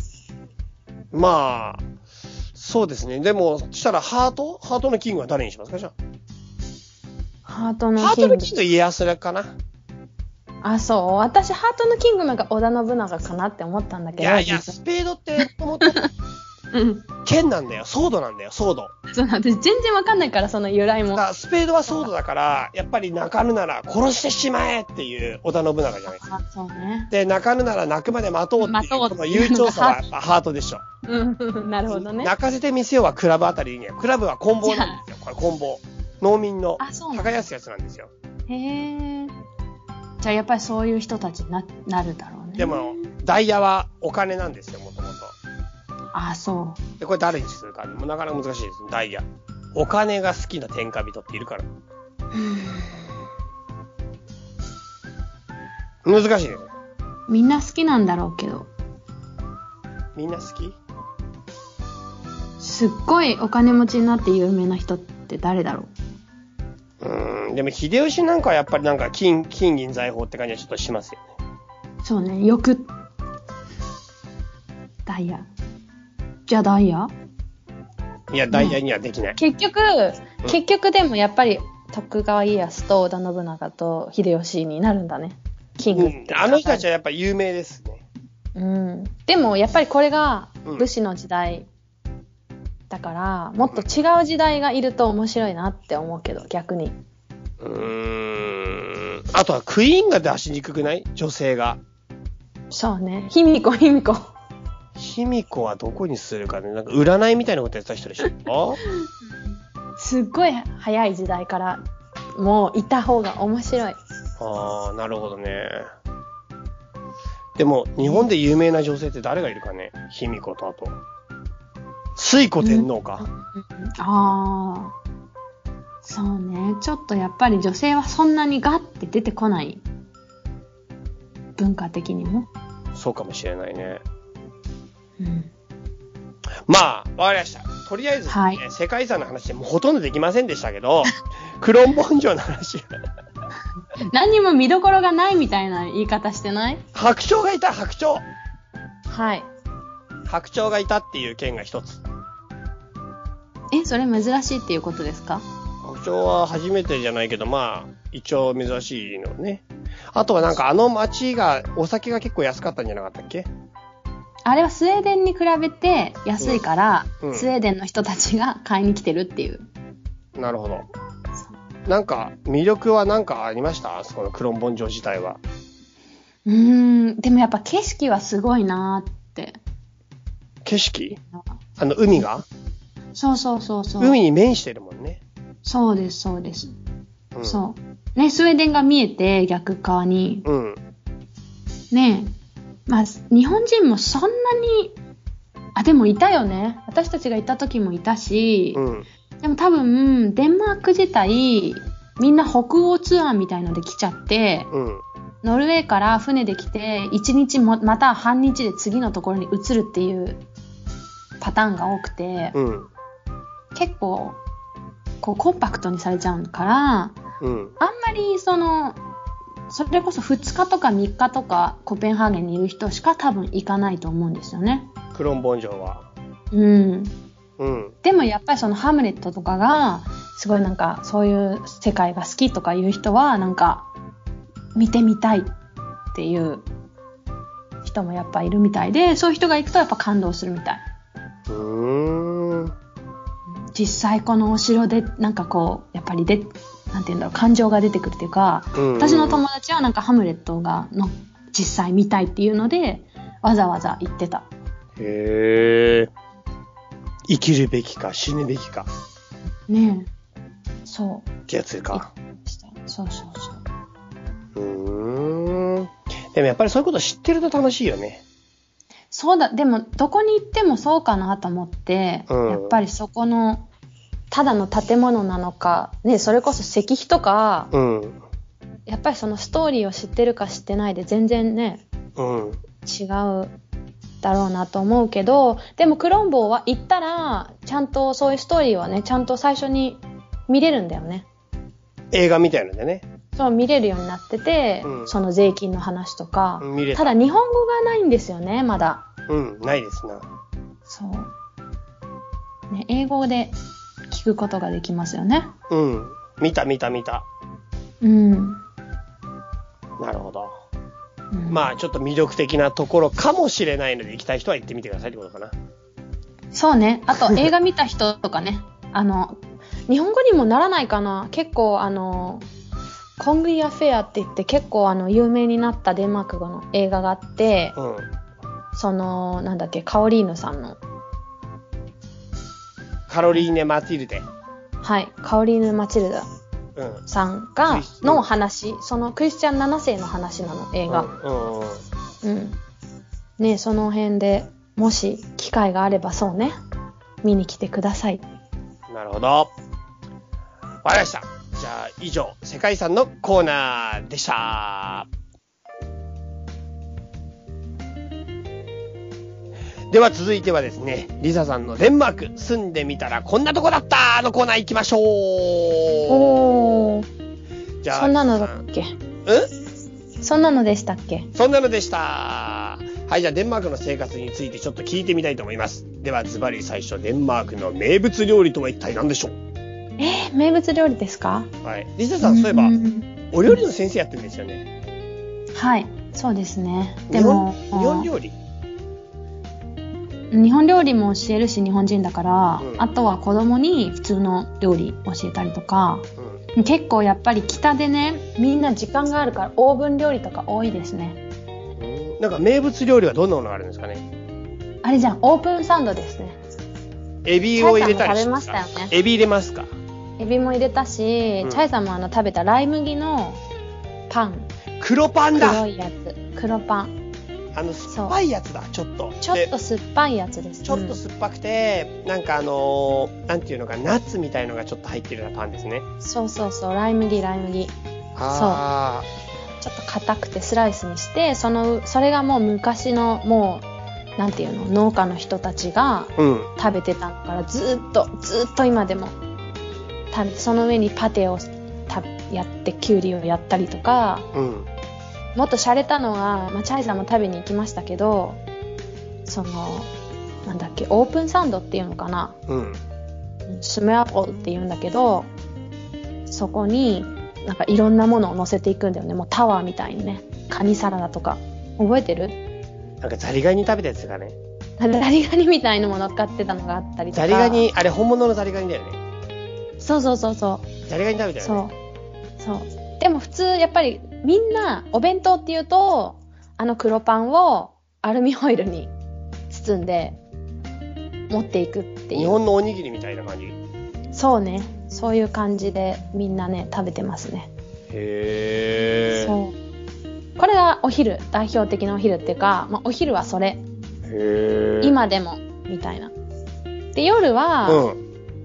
まあ、そうですね。でも、そしたらハートハートのキングは誰にしますか、じゃあ。 ハートのハーキング。 トのキング家康かな。 あ、そう。私、ハートのキングなんか織田信長かなって思ったんだけど。 いやいや、スペードってもともとうん。 剣なんだよ。ソードなんだよ、ソード。 そうなん、私全然わかんないから、その由来も。 だからスペードはソードだから、やっぱり泣かぬなら殺してしまえっていう織田信長じゃないですか。 あ、そうね。 で、泣かぬなら泣くまで待とうっていう、 待とうってこの悠長さはやっぱハートでしょ。 うん、なるほどね。 泣かせてみせようはクラブあたりには、クラブは棍棒なんですよ。これ棍棒。農民のあ、そうなんだ。 耕すやつなんですよ。 へえ。じゃあやっぱりそういう人たちに な, なるだろうね。 でも、ダイヤはお金なんですよ、もともと。 あ、そう。 で、これ誰にするか、もうなかなか難しいです、ダイヤ。お金が好きな天下人っているから。難しいですね。 みんな好きなんだろうけど。 みんな好き？ すっごいお金持ちになって有名な人って誰だろう？ うーん、でも秀吉なんかはやっぱりなんか金、金銀財宝って感じはちょっとしますよね。 そうね、よく。ダイヤ。じゃあダイヤ？ いや、ダイヤにはできない。 結局、 うん、 結局でもやっぱり徳川家康と織田信長と秀吉になるんだね。キングって、 うん。あの人たちはやっぱ有名ですね。 うん。でもやっぱりこれが武士の時代だから、うん、もっと違う時代がいると面白いなって思うけど、逆に。 うーん。あとはクイーンが出しにくくない？女性が。 そうね。卑弥呼、卑弥呼。 卑弥呼はどこにするかね。なんか占いみたいなことやってた人でしょ？ すっごい早い時代からもういた方が面白い。 ああ、なるほどね。でも、日本で有名な女性って誰がいるかね？卑弥呼とあと。推古天皇か。 うん、ああ。 そうね。ちょっとやっぱり女性はそんなにガッて出てこない。文化的にも。 そうかもしれないね。 うん。 まあ、わかりました。とりあえず、ね、はい、世界遺産の話もうほとんどできませんでしたけど、クロンボン城の話。 何にも見どころがないみたいな言い方してない？ 白鳥がいた、白鳥。 はい。 白鳥がいたっていう件が一つ。 え、それ珍しいっていうことですか？ 白鳥は初めてじゃないけど、まあ、一応珍しいのね。あとはなんかあの町が、お酒が結構安かったんじゃなかったっけ？ あれはスウェーデンに比べて安いから、 うんうん、 スウェーデンの人たちが買いに来てるっていう。 なるほど。なんか魅力はなんかありました？そのクロンボン城自体は。 うーん、でもやっぱ景色はすごいなーって。 景色？あの海が？ そうそうそうそう。 海に面してるもんね。 そうですそうです。うん、そう。ね、スウェーデンが見えて逆側に。 うん。 ねえ。まあ、日本人もそんなに、あ、でもいたよね。私たちがいた時もいたし、 うん、 でも多分、デンマーク自体、みんな北欧ツアーみたいので来ちゃって、 うん、 ノルウェーから船で来て、一日も、また半日で次のところに移るっていうパターンが多くて、 うん、 結構、こう、コンパクトにされちゃうから、 うん、 あんまりその、それこそふつかとかみっかとかコペンハーゲンにいる人しか多分行かないと思うんですよね。 クロンボン城は。 うん。 うん。 でもやっぱりそのハムレットとかがすごいなんかそういう世界が好きとかいう人はなんか見てみたいっていう人もやっぱいるみたいで、そういう人が行くとやっぱ感動するみたい。 うーん。 実際このお城でなんかこうやっぱりでなんていうんだろう、感情が出てくるっていうか、うんうん、私の友達はなんかハムレットがの実際見たいっていうのでわざわざ行ってた。 へー。生きるべきか死ぬべきか。 ねえ。そう。 ってやつか。 そうそうそう。 うーん。でもやっぱりそういうこと知ってると楽しいよね。 そうだ。でもどこに行ってもそうかなと思って、うん、やっぱりそこのただの建物なのか、ね、それこそ石碑とか、 うん、 やっぱりそのストーリーを知ってるか知ってないで全然ね、 うん、 違うだろうなと思うけど、でもクロンボーは行ったらちゃんとそういうストーリーはね、ちゃんと最初に見れるんだよね。 映画みたいなんでね。 そう、見れるようになってて、うん、その税金の話とか、見れた。ただ日本語がないんですよね、まだ。 うん、ないですな。 そう。ね、英語で聞くことができますよね。 うん。見た見た見た。 うん。 なるほど。うん、まあちょっと魅力的なところかもしれないので行きたい人は行ってみてくださいってことかな。 そうね。あと映画見た人とかね。あの、日本語にもならないかな。結構あの、コングリアフェアって言って結構あの有名になったデンマーク語の映画があって、 うん、 その、なんだっけ、カオリーヌさんの。 カロリーネ・マティルデ。 はい、カオリーヌ・マチルダさんが、の話、うん、そのクリスチャンなな世の話なの、映画。 うんうんうん。 うん。ね、その辺でもし機会があればそうね、見に来てください。 なるほど。わかりました。じゃあ以上、世界遺産のコーナーでした。では続いてはですね、リサさんのデンマーク住んでみたらこんなとこだったのコーナー行きましょう。 おー。じゃあそんなのだっけ？ うん？ そんなのでしたっけ？ そんなのでした。はい、じゃあデンマークの生活についてちょっと聞いてみたいと思います。ではズバリ最初、デンマークの名物料理とは一体何でしょう？ えー、名物料理ですか？ はい。リサさん、そういえばお料理の先生やってるんですよね。 はい、そうですね。でも日本、日本料理日本料理も教えるし、日本人だから、うん、あとは子供に普通の料理教えたりとか、うん、結構やっぱり北でね、みんな時間があるからオーブン料理とか多いですね。 うん、なんか名物料理はどんなものがあるんですかね？ あれじゃん、オープンサンドですね。 エビを入れたりしますか？食べましたよね。 エビ入れますか？ エビも入れたし、うん、チャイさんもあの食べたライ麦のパン。 黒パンだ。 黒いやつ。黒パン。 あの酸っぱいやつだ、ちょっと。 ちょっと酸っぱいやつです。 ちょっと酸っぱくて、うん、なんかあのー、なんていうのか、ナッツみたいのがちょっと入ってるようなパンですね。 そうそうそう、ライ麦、ライ麦。 あそう。ちょっと硬くてスライスにして、その、それがもう昔の、もう、なんていうの、農家の人たちが食べてたから、ずーっと、ずーっと今でも食べて、その上にパテをたやって、キュウリをやったりとか、うん、もっと洒落たのは、まあ、チャイさんも食べに行きましたけど、その、なんだっけ、オープンサンドっていうのかな、うん、スムアポルっていうんだけど、そこになんかいろんなものを乗せていくんだよね。もうタワーみたいにね。カニサラダとか。覚えてる？ なんかザリガニ食べたやつがね。 ザリガニみたいのも乗っかってたのがあったりとか。 ザリガニ、あれ本物のザリガニだよね。 そうそうそうそう。 ザリガニ食べたよね。 そう。そう。でも普通、やっぱりみんなお弁当っていうと、あの黒パンをアルミホイルに包んで持っていくっていう。 日本のおにぎりみたいな感じ？ そうね。そういう感じでみんなね、食べてますね。 へー。 そう。これがお昼、代表的なお昼っていうか、まあ、お昼はそれ。 へー。 今でも、みたいな。で、夜は、うん、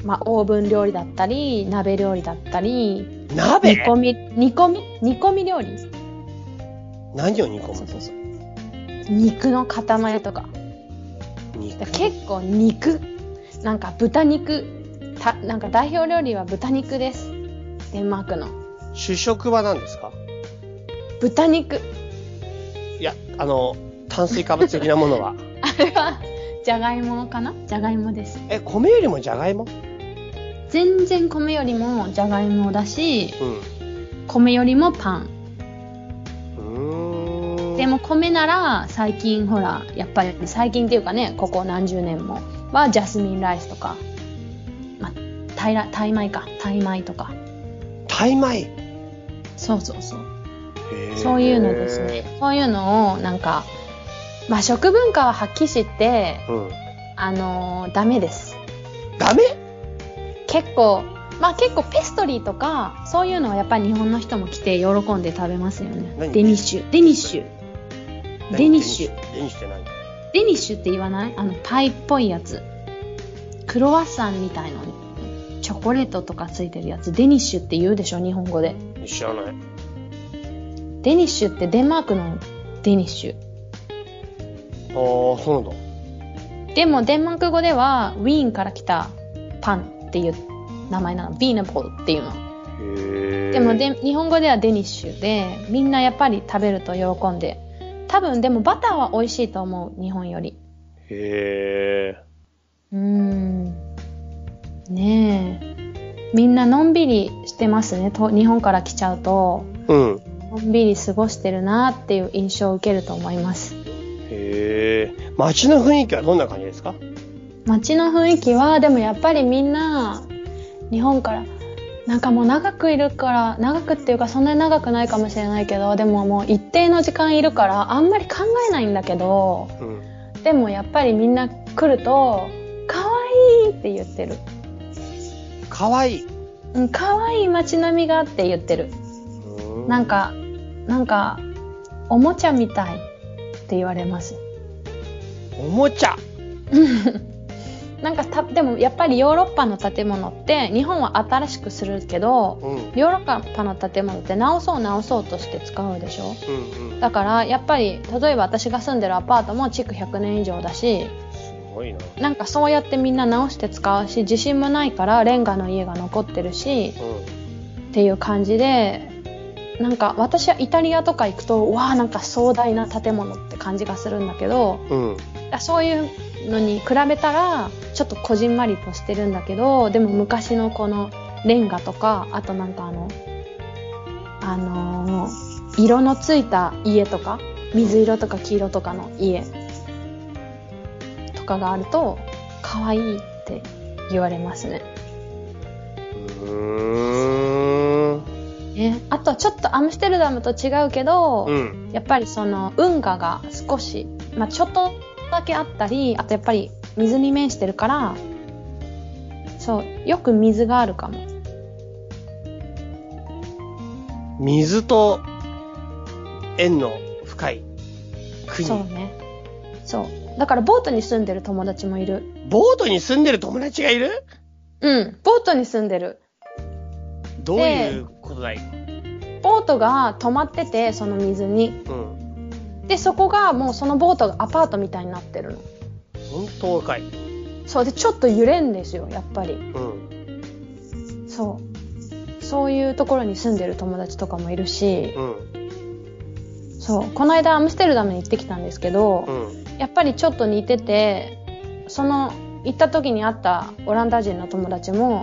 まあ、オーブン料理だったり、鍋料理だったり、 鍋？ 煮込み、煮込み、煮込み料理。 何を煮込む？ そうそうそう。肉の塊とか。肉？結構肉。なんか豚肉。たなんか代表料理は豚肉です。デンマークの。 主食は何ですか？ 豚肉。 いや、あの、炭水化物的なものは。 あれは、じゃがいもかな？じゃがいもです。 え、米よりもじゃがいも？ 全然米よりもじゃがいもだし、うん、米よりもパン。うーん。でも米なら、最近ほら、やっぱり最近っていうかね、ここ何十年もはジャスミンライスとか、タイラ、タイ米か。タイ米とか。 タイ米？ そうそうそう。そういうのですね。そういうのを、なんか、まあ、食文化は発揮して、うん、あのー、ダメです。 ダメ？ 結構、まあ結構ペストリーとか、そういうのはやっぱり日本の人も来て喜んで食べますよね。デニッシュ。デニッシュ。デニッシュ。 デニッシュって何？ デニッシュって言わない？あの、パイっぽいやつ。クロワッサンみたいのに。チョコレートとかついてるやつ、デニッシュって言うでしょ、日本語で。 知らない。 デニッシュってデンマークのデニッシュ。 ああ、そうなんだ。でもデンマーク語ではウィーンから来たパンっていう名前なの。ビーナポルっていうの。へー。でもで日本語ではデニッシュで、みんなやっぱり食べると喜んで。多分でもバターは美味しいと思う、日本より。 へー。うーん。ねえ。みんなのんびりしてますね。と日本から来ちゃうと、うん。のんびり過ごしてるなっていう印象を受けると思います。 へえ。街の雰囲気はどんな感じですか？ 街の雰囲気は、でもやっぱりみんな、日本から、なんかもう長くいるから、長くっていうかそんなに長くないかもしれないけど、でももう一定の時間いるから、あんまり考えないんだけど、うん、でもやっぱりみんな来ると、かわいいって言ってる。 かわいい。 うん、かわいい街並みがって言ってる。なんか、なんか、おもちゃみたいって言われます。 おもちゃなんかた、でもやっぱりヨーロッパの建物って、日本は新しくするけど、うん、ヨーロッパの建物って直そう直そうとして使うでしょ、うんうん、だからやっぱり、例えば私が住んでるアパートも築ひゃくねん以上だし、 すごいな。 なんかそうやってみんな直して使うし、地震もないからレンガの家が残ってるし、うん、っていう感じで、なんか私はイタリアとか行くと、わーなんか壮大な建物って感じがするんだけど、うん、そういうのに比べたらちょっとこじんまりとしてるんだけど、でも昔のこのレンガとか、あとなんかあのあのー、色のついた家とか、水色とか黄色とかの家とかがあると可愛いって言われますね。うーんね、あとちょっとアムステルダムと違うけど、うん、やっぱりその運河が少し、まあ、ちょっとだけあったり、あとやっぱり水に面してるから、そうよく水があるかも。 水と縁の深い国。 そうね。そう。だからボートに住んでる友達もいる。 ボートに住んでる友達がいる？ うん。ボートに住んでる。 どういうことだい？ ボートが止まってて、その水に。 うん。 で、そこがもうそのボートがアパートみたいになってるの。 本当かい？ そうで、ちょっと揺れんですよ、やっぱり。 うん。 そう。そういうところに住んでる友達とかもいるし、 うん。 そう。この間アムステルダムに行ってきたんですけど、 うん。 やっぱりちょっと似てて、その行った時に会ったオランダ人の友達も、 うん。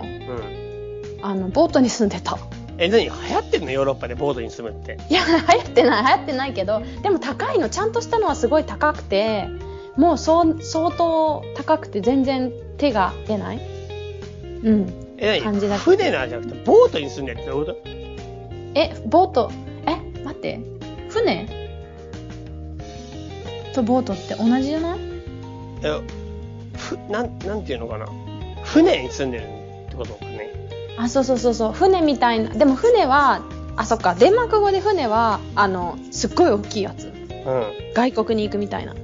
あのボートに住んでた。 え、何流行ってんのヨーロッパでボートに住むって？ いや、流行ってない流行ってないけど、でも高いの、ちゃんとしたのはすごい高くて、もうそう相当高くて全然手が出ない。うん。 え、何？ 感じだ船なんじゃなくてボートに住んでるってどういうこと？ え、ボート、え、待って、船とボートって同じじゃない？ え、ふ、なん、なんていうのかな。船に住んでるってことかね。 あ、そうそうそうそう、船みたいな。でも船は、あ、そっか、デンマーク語で船は、あの、すっごい大きいやつ。 うん。 外国に行くみたいな。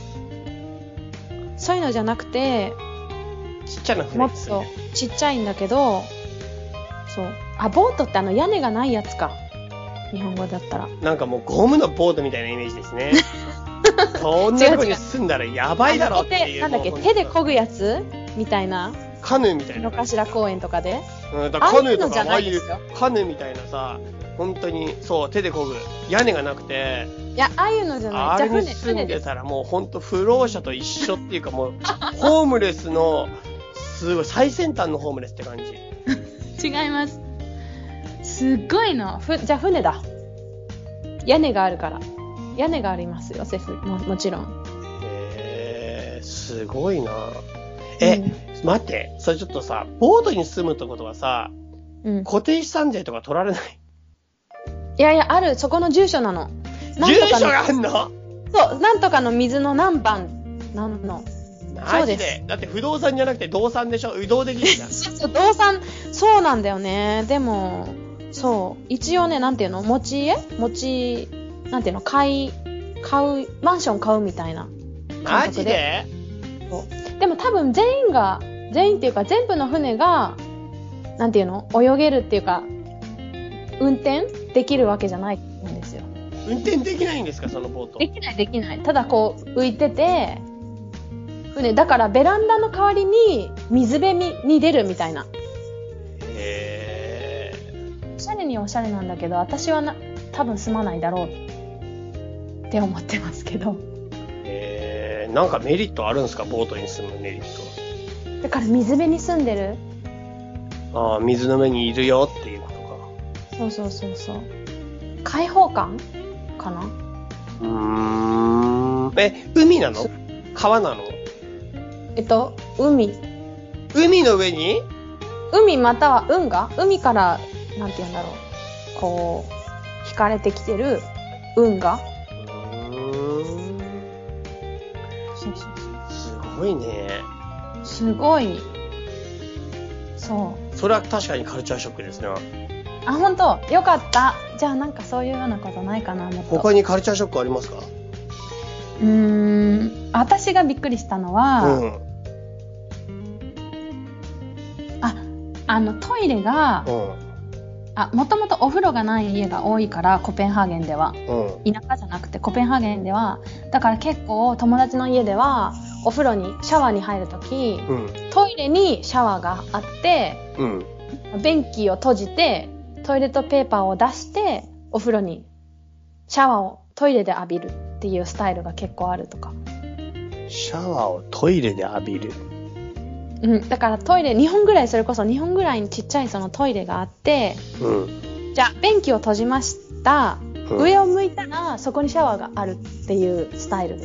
そういうのじゃなくて、 ちっちゃな船もっとに住んでる。 ちっちゃいんだけど、そう。あ、ボートってあの屋根がないやつか。日本語だったら。 なんかもうゴムのボートみたいなイメージですね。そんなとこに住んだらやばいだろっていう。 なんだっけ、 もう手で漕ぐやつみたいな。 カヌーみたいな井の。頭公園とかで。 うん、だからカヌーとかああいうのじゃああいうないですよカヌーみたいなさ、本当にそう手で漕ぐ屋根がなくて、 いや、ああいうのじゃない。 あれにじゃあ船、 住んで船です。 たらもう本当不老者と一緒っていうかもうホームレスのすごい最先端のホームレスって感じ。 違います。すっごいの。ふ、じゃあ船だ。屋根があるから。屋根がありますよ、セフも、もちろん。 へー、すごいな。え、 うん待って、それちょっとさ、ボートに住むってことはさ、 うん。 固定資産税とか取られない？ いやいや、ある。そこの住所なの。なん住とかの所があんの？ そう、なんとかの水の何番なの。 マジそうでで？だって不動産じゃなくて動産でしょ？移動できるじゃん。 そうそう、動産、そうなんだよね。でも、そう、一応ね、なんていうの、持ち家持ち、なんていうの、買い、買う、マンション買うみたいな感マ覚で。 ジで？ そうでも多分全員が、全員っていうか全部の船が、なんていうの、泳げるっていうか、運転できるわけじゃないんですよ。 運転できないんですか、そのボート？ できないできない。ただこう浮いてて、船、だからベランダの代わりに水辺に出るみたいな。 へおしゃれにおしゃれなんだけど、私はな多分住まないだろうって思ってますけど。 ー。へー。なんかメリットあるんですか、ボートに住むメリットだから水辺に住んでる。 は？ああ、水の上にいるよっていうことか。 そうそうそうそう。開放感かな。 うーん。え、海なの？川なの？ えっと、海。 海の上に？ 海または運河、海から、なんて言うんだろう。こう、引かれてきてる運河。 うーん。 そうそうすごいね。 そう。すごい。そう。 それは確かにカルチャーショックですね。 あ、ほんとよかった。じゃあなんかそういうようなことないかな、もっと。 他にカルチャーショックありますか？ うーん。私がびっくりしたのは、 うん。 あ、あの、トイレが、 うん。 あ、もともとお風呂がない家が多いから、コペンハーゲンでは。 うん。 田舎じゃなくてコペンハーゲンでは、だから結構友達の家では、お風呂に、シャワーに入るとき、 うん。 トイレにシャワーがあって、 うん。 便器を閉じて、トイレットペーパーを出して、お風呂に、シャワーをトイレで浴びるっていうスタイルが結構あるとか。 シャワーをトイレで浴びる。 うん、だからトイレ、にほんぐらい、それこそにほんぐらいにちっちゃいそのトイレがあって、 うん。 じゃあ、便器を閉じました。 うん、 上を向いたら、そこにシャワーがあるっていうスタイルです。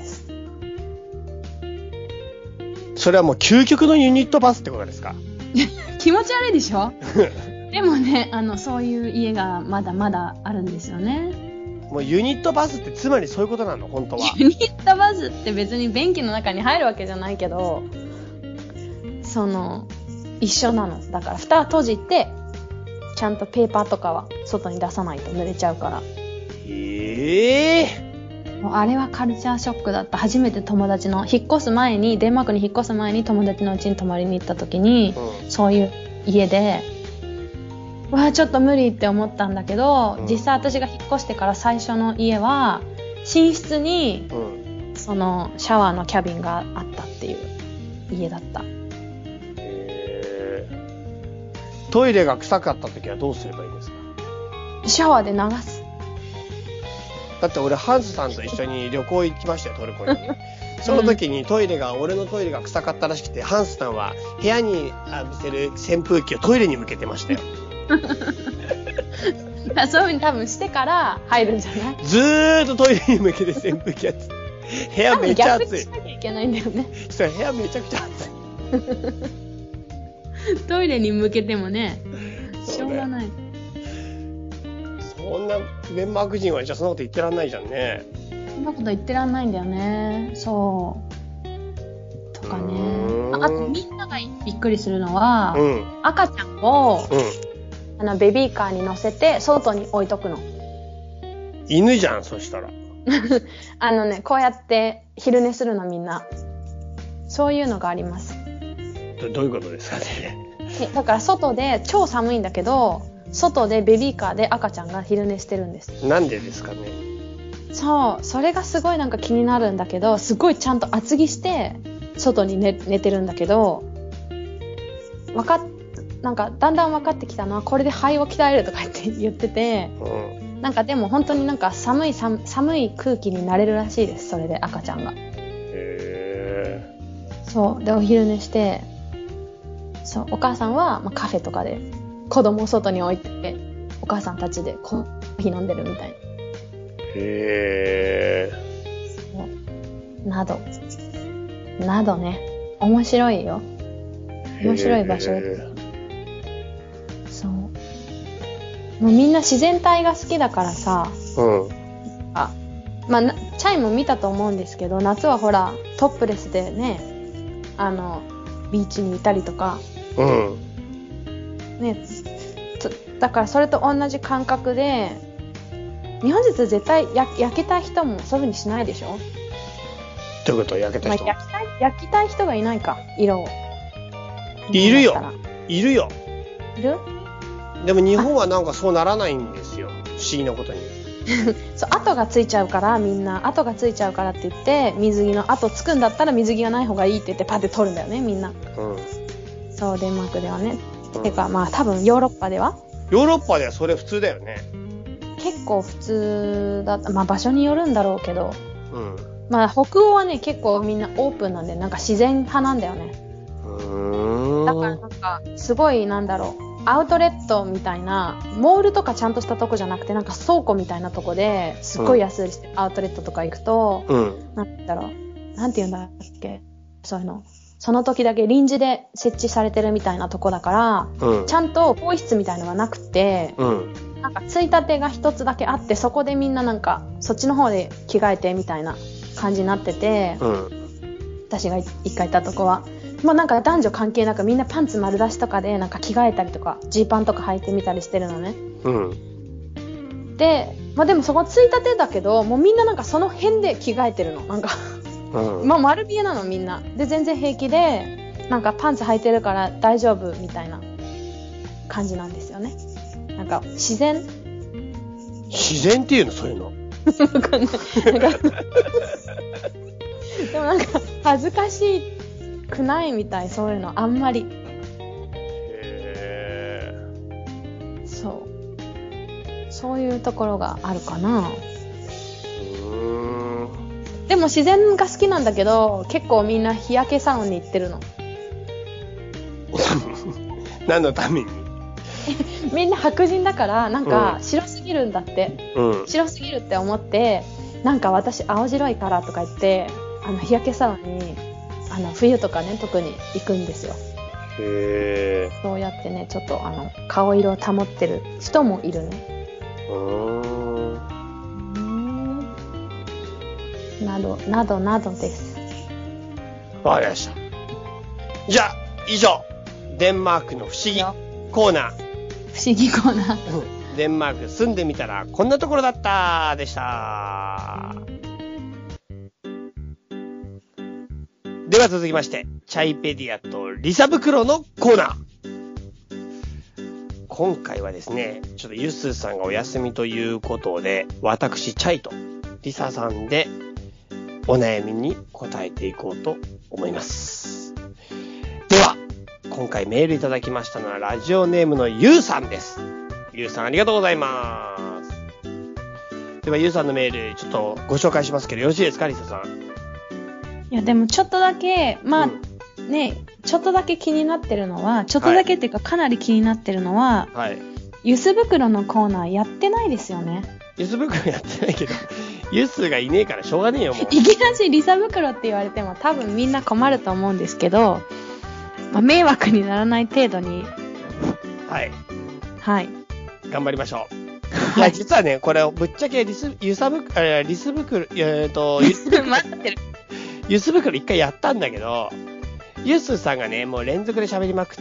それはもう究極のユニットバスってことですか？ 気持ち悪いでしょでもね、あの、そういう家がまだまだあるんですよね。 もうユニットバスってつまりそういうことなの、本当は。 ユニットバスって別に便器の中に入るわけじゃないけど、その、一緒なの。だから蓋閉じて、ちゃんとペーパーとかは外に出さないと濡れちゃうから。 ええー。 もうあれはカルチャーショックだった。初めて友達の、引っ越す前に、デンマークに引っ越す前に友達の家に泊まりに行った時に、うん、そういう家で、わあちょっと無理って思ったんだけど、うん、実際私が引っ越してから最初の家は、寝室に、うん、そのシャワーのキャビンがあったっていう家だった。 へー。トイレが臭かった時はどうすればいいですか？ シャワーで流す。 だって俺ハンスさんと一緒に旅行行きましたよ、トルコに。その時にトイレが、俺のトイレが臭かったらしくて、ハンスさんは部屋に浴びせる扇風機をトイレに向けてましたよ。 そういう風に多分してから入るんじゃない？ ずーっとトイレに向けて扇風機やって部屋めちゃ暑い。 逆にしなきゃいけないんだよね。 それ部屋めちゃくちゃ暑い。トイレに向けてもね、しょうがない。 そんなデンマーク人はじゃあそんなこと言ってらんないじゃんね。 そんなこと言ってらんないんだよね。そうとかね。あ, あとみんながびっくりするのは、うん、赤ちゃんを、うん、あのベビーカーに乗せて外に置いとくの。 犬じゃん、そしたら。 あのね、こうやって昼寝するの、みんな。そういうのがあります。 ど, どういうことですかね。 だから外で超寒いんだけど、外でベビーカーで赤ちゃんが昼寝してるんです。 なんでですかね。 そう、それがすごいなんか気になるんだけど、すごいちゃんと厚着して外に 寝, 寝てるんだけど、わかっなんかだんだん分かってきたのは、これで肺を鍛えるとか言って言ってて、うん、なんかでも本当になんか寒い寒寒い空気になれるらしいです。それで赤ちゃんが。へー。そうでお昼寝して、そうお母さんは、まあ、カフェとかで子供を外に置いてお母さんたちでコーヒー飲んでるみたいな。 へー。などなどね、面白いよ。面白い場所です。そう。もうみんな自然体が好きだからさ。うん。あ、まあチャイも見たと思うんですけど、夏はほらトップレスでね、あのビーチにいたりとか。うん。ね。だからそれと同じ感覚で、日本人って絶対焼焼けた人もそういう風にしないでしょ？ どういうこと？焼けた人、 まあ、焼きたい焼きたい人がいないか、色を。 いるよ。いるよ。 いる？ でも日本はなんかそうならないんですよ。不思議なことに。 そう、跡がついちゃうから、みんな跡がついちゃうからって言って、水着の跡つくんだったら水着がない方がいいって言ってパッて取るんだよね、みんな。うん。そう、デンマークではね。うん、てかまあ多分ヨーロッパでは？ ヨーロッパではそれ普通だよね。 結構普通だった。まあ場所によるんだろうけど。うん。まあ北欧はね、結構みんなオープンなんで、なんか自然派なんだよね。うーん。だからなんかすごいなんだろう。アウトレットみたいな、モールとかちゃんとしたとこじゃなくて、なんか倉庫みたいなとこですっごい安いアウトレットとか行くと、うん、なんだろう、なんて言うんだっけ、そういうの。その時だけ臨時で設置されてるみたいなとこだから、うん、ちゃんと更衣室みたいのがなくて、うん、なんかついたてが一つだけあって、そこでみんななんか、そっちの方で着替えてみたいな感じになってて、うん、私が一回行ったとこは。まあなんか男女関係なくみんなパンツ丸出しとかでなんか着替えたりとかジーパンとか履いてみたりしてるのね。うん。で、まあでもそこついたてだけど、もうみんななんかその辺で着替えてるの。なんか、うん、まあ丸見えなのみんな。で全然平気で、なんかパンツ履いてるから大丈夫みたいな感じなんですよね。なんか自然。 自然っていうのそういうの。わかんない。なんかでもなんか恥ずかしい。くないみたい、そういうのあんまり。へー。そうそういうところがあるかな。うーん。でも自然が好きなんだけど、結構みんな日焼けサロンに行ってるの。 何のために？ みんな白人だからなんか白すぎるんだって、うん、白すぎるって思って、なんか私青白いからとか言ってあの日焼けサロンにあの冬とかね特に行くんですよ。へー。そうやってねちょっとあの顔色を保ってる人もいるね。うーん。などなどなどです。 わかりました。じゃあ以上デンマークの不思議コーナー。 不思議コーナー。 デンマーク住んでみたらこんなところだったでした。 では続きまして、チャイペディアとリサ袋のコーナー。今回はですね、ちょっとユスさんがお休みということで、私チャイとリサさんでお悩みに答えていこうと思います。では、今回メールいただきましたのはラジオネームのユウさんです。ユウさんありがとうございます。ではユウさんのメールちょっとご紹介しますけどよろしいですか、リサさん。 いやでもちょっとだけまあ、うん、ねちょっとだけ気になってるのはちょっとだけっていうか、はい、かなり気になってるのは、はい、ユス袋のコーナーやってないですよね。 ユス袋やってないけどユスがいねえからしょうがねえよもう。 いきなしリサ袋って言われても多分みんな困ると思うんですけど、まあ、迷惑にならない程度にはいはい頑張りましょう。いや実はねこれぶっちゃけリスユサ袋リス袋えっとユス袋待ってるユス袋一回やったんだけど、ユスさんがねもう連続で喋りまくって、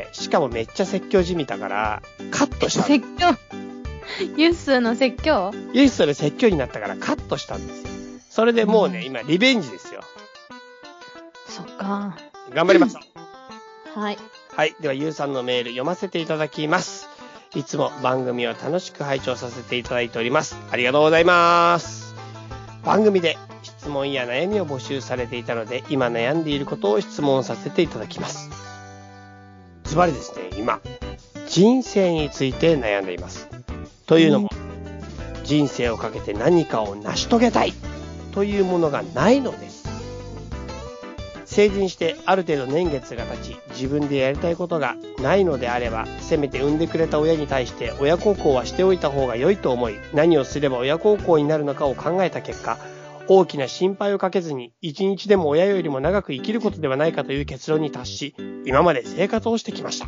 しかもめっちゃ説教じみたからカットした。 説教ユスの説教ユスの説教になったからカットしたんですよ。それでもうね、うん、今リベンジですよ。 そっか頑張りましょう。はいはい。ではユウさんのメール読ませていただきます。いつも番組を楽しく拝聴させていただいております。ありがとうございます。番組で質問や悩みを募集されていたので、今悩んでいることを質問させていただきます。ズバリですね、今人生について悩んでいます。というのも、うん、人生をかけて何かを成し遂げたいというものがないのです。成人してある程度年月が経ち、自分でやりたいことがないのであれば、せめて産んでくれた親に対して親孝行はしておいた方が良いと思い、何をすれば親孝行になるのかを考えた結果、大きな心配をかけずに一日でも親よりも長く生きることではないかという結論に達し、今まで生活をしてきました。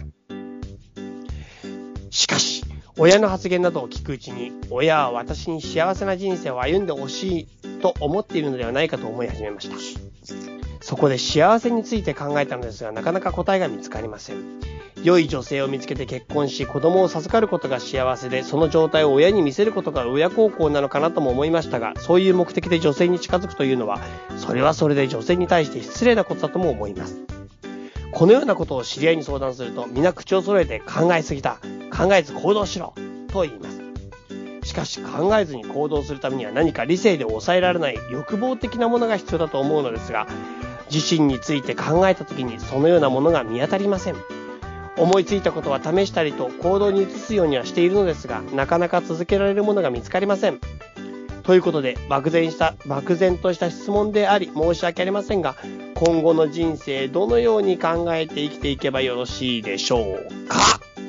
しかし親の発言などを聞くうちに、親は私に幸せな人生を歩んでほしいと思っているのではないかと思い始めました。そこで幸せについて考えたのですが、なかなか答えが見つかりません。良い女性を見つけて結婚し、子供を授かることが幸せで、その状態を親に見せることが親孝行なのかなとも思いましたが、そういう目的で女性に近づくというのは、それはそれで女性に対して失礼なことだとも思います。このようなことを知り合いに相談すると、皆口を揃えて考えすぎた、考えず行動しろと言います。しかし考えずに行動するためには何か理性で抑えられない欲望的なものが必要だと思うのですが、自身について考えたときにそのようなものが見当たりません。思いついたことは試したりと行動に移すようにはしているのですが、なかなか続けられるものが見つかりません。ということで、漠然した漠然とした質問であり申し訳ありませんが、今後の人生どのように考えて生きていけばよろしいでしょうか。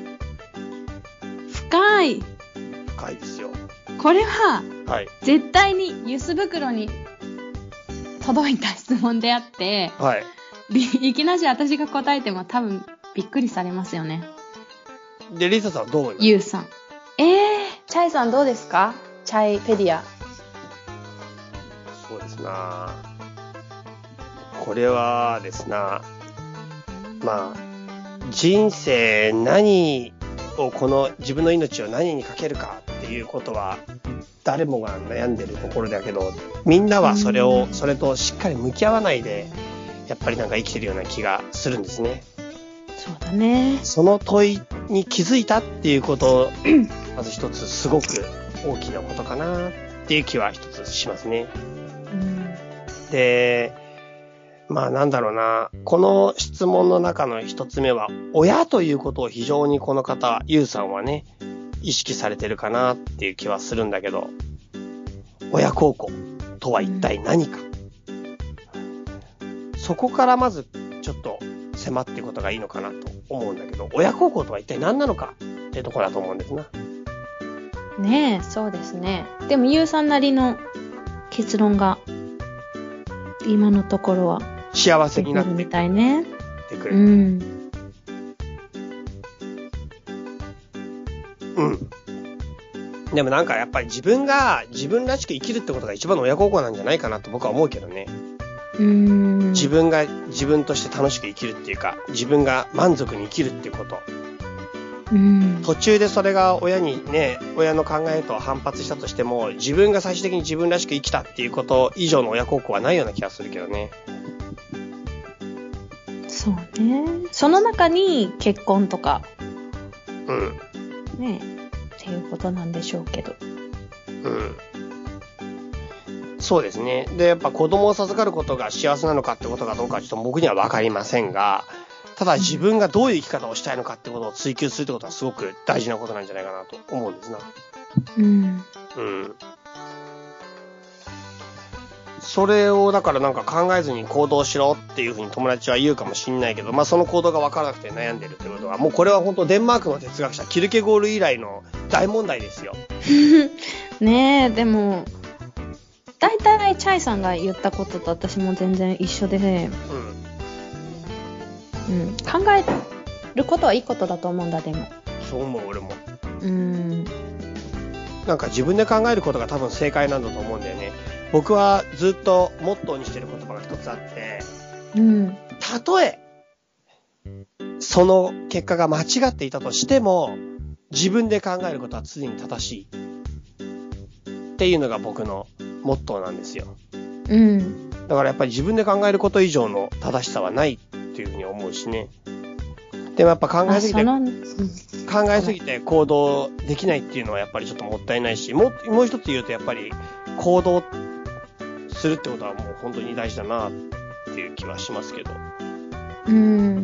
深い深いですよ。 これは、 はい、 絶対にユス袋に届いた質問であって、 はい、 いきなし私が答えても多分びっくりされますよね。 で、リサさんはどう思います？ ユウさん。えー、チャイさんどうですか？チャイペディア。 そうですな。これはですな、まあ、人生何を、この自分の命を何にかけるかっていうことは、誰もが悩んでるところだけど、みんなはそれを、それとしっかり向き合わないで、やっぱりなんか生きてるような気がするんですね。 そうだね。 その問いに気づいたっていうことまず一つすごく大きなことかなっていう気は一つしますね。 うん、 で、まあなんだろうな、この質問の中の一つ目は、親ということを非常にこの方、ゆうさんはね、意識されてるかなっていう気はするんだけど、親孝行とは一体何か、うん、そこからまずちょっと迫っていくことがいいのかなと思うんだけど、親孝行とは一体何なのかっていうところだと思うんですな。 ねえ、そうですね。でもゆうさんなりの結論が今のところは幸せになってみたいね。 てくれる。 うん。 うん。でもなんかやっぱり自分が自分らしく生きるってことが一番の親孝行なんじゃないかなと僕は思うけどね。 うーん。 自分が自分として楽しく生きるっていうか、自分が満足に生きるっていうこと。 うん。 途中でそれが親にね、親の考えと反発したとしても、自分が最終的に自分らしく生きたっていうこと以上の親孝行はないような気がするけどね。 そうね。その中に結婚とか。 うん。 ねっていうことなんでしょうけど。 うん。そうですね。で、やっぱ子供を授かることが幸せなのかってことかどうかはちょっと僕には分かりませんが、ただ自分がどういう生き方をしたいのかってことを追求するってことはすごく大事なことなんじゃないかなと思うんですな。 うん。 うん。それをだからなんか考えずに行動しろっていうふうに友達は言うかもしんないけど、まあその行動が分からなくて悩んでるってことは、もうこれは本当デンマークの哲学者キルケゴール以来の大問題ですよ。 ねえ、でも、大体チャイさんが言ったことと私も全然一緒で、ね、うん。うん。考えることはいいことだと思うんだ、でも。 そう思う、俺も。 うん。なんか自分で考えることが多分正解なんだと思うんだよね。僕はずっとモットーにしてる言葉が一つあって、 うん。 たとえ、その結果が間違っていたとしても、自分で考えることは常に正しい。っていうのが僕のモットーなんですよ。 うん。 だからやっぱり自分で考えること以上の正しさはないっていうふうに思うしね。でもやっぱ考えすぎて、考えすぎて行動できないっていうのはやっぱりちょっともったいないし、もう、もう一つ言うとやっぱり行動するってことはもう本当に大事だなっていう気はしますけど。 うん。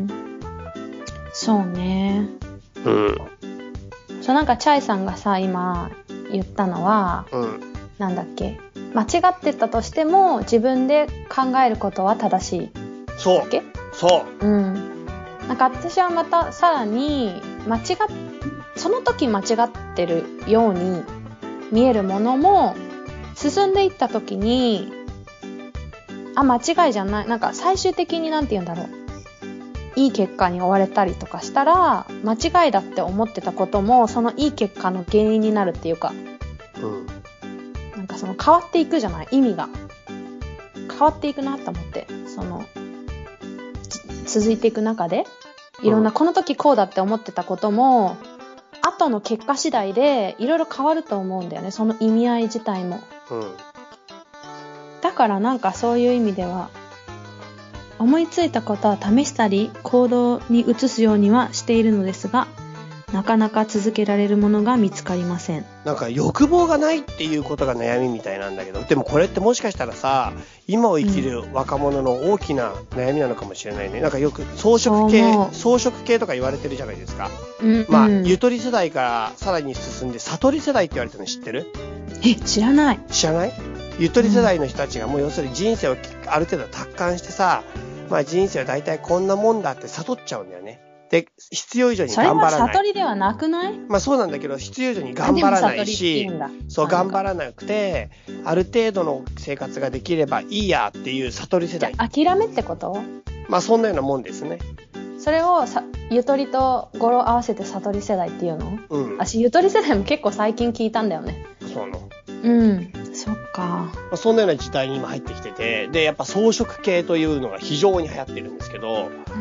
そうね。 うん。 そう、なんかチャイさんがさ、今言ったのは、 うん。 なんだっけ、間違ってたとしても自分で考えることは正しい。 そう。 だっけ？ そう。 うん。なんか私はまたさらに間違っその時間違ってるように見えるものも進んでいった時に、あ、間違いじゃない、なんか最終的になんて言うんだろう、いい結果に終われたりとかしたら、間違いだって思ってたこともそのいい結果の原因になるっていうか、 うん、 なんかその変わっていくじゃない、意味が変わっていくなと思って、その続いていく中でいろんな、うん、この時こうだって思ってたことも後の結果次第でいろいろ変わると思うんだよね、その意味合い自体も、 うん、 だからなんかそういう意味では思いついたことは試したり行動に移すようにはしているのですが、なかなか続けられるものが見つかりません。 なんか欲望がないっていうことが悩みみたいなんだけど、でもこれってもしかしたらさ、今を生きる若者の大きな悩みなのかもしれないね。なんかよく草食系草食系とか言われてるじゃないですか、 うんうん、 まあゆとり世代からさらに進んで悟り世代って言われてるの知ってる？ え、知らない。 知らない？ゆとり世代の人たちがもう要するに人生をある程度達観してさ、まあ人生は大体こんなもんだって悟っちゃうんだよね。で、必要以上に頑張らない。 それは悟りではなくない？ まあそうなんだけど、必要以上に頑張らないし、そう、頑張らなくて、ある程度の生活ができればいいやっていう悟り世代。 諦めってこと？ まあそんなようなもんですね。 それをさゆとりと語呂合わせて悟り世代っていうの？ うん。 私ゆとり世代も結構最近聞いたんだよね。 そうなの。 うん。そっか。まあ、そんなような時代に今入ってきてて、で、やっぱ草食系というのが非常に流行ってるんですけど、 うん、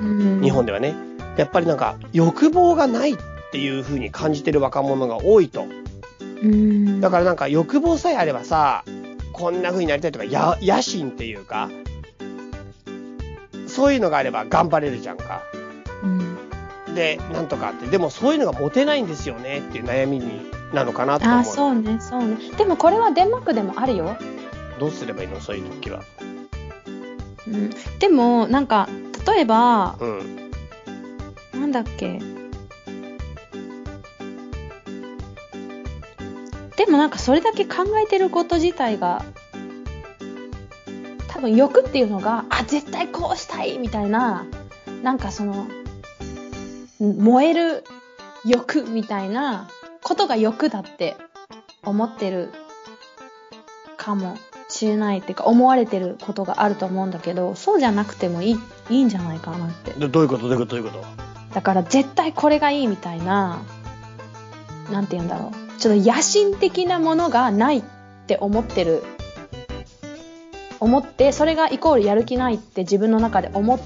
日本ではね。やっぱりなんか欲望がないっていう風に感じてる若者が多いと。 うん、 だからなんか欲望さえあればさ、こんな風になりたいとか、や野心っていうか、そういうのがあれば頑張れるじゃんか。 うん、 で、なんとかって、でもそういうのが持てないんですよねっていう悩みになのかなと思う。 あ、そうね、そうね。でもこれはデンマークでもあるよ。 どうすればいいの、そういう時は。 うん、でもなんか例えば。 うん。 なんだっけ、でもなんかそれだけ考えてること自体が多分欲っていうのが、あ、絶対こうしたいみたいな、なんかその燃える欲みたいなことが欲だって思ってるかもしれないっていうか、思われてることがあると思うんだけど、そうじゃなくてもいい、いいんじゃないかなって。 どういうことどういうことどういうこと？ だから絶対これがいいみたいな、なんて言うんだろう、ちょっと野心的なものがないって思ってる、思ってそれがイコールやる気ないって自分の中で思って、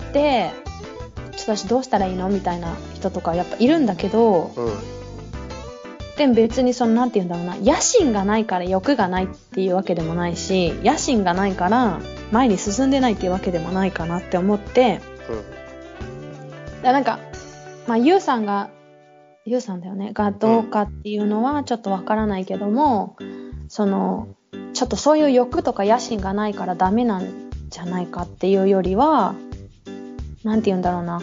ちょっと私どうしたらいいのみたいな人とかやっぱいるんだけど、 うん、 でも別にそのなんて言うんだろうな、野心がないから欲がないっていうわけでもないし、野心がないから前に進んでないっていうわけでもないかなって思って、 うん、 だなんか、まあ、ゆうさんが、ゆうさんだよね、がどうかっていうのはちょっとわからないけども、その、ちょっとそういう欲とか野心がないからダメなんじゃないかっていうよりは、なんて言うんだろうな。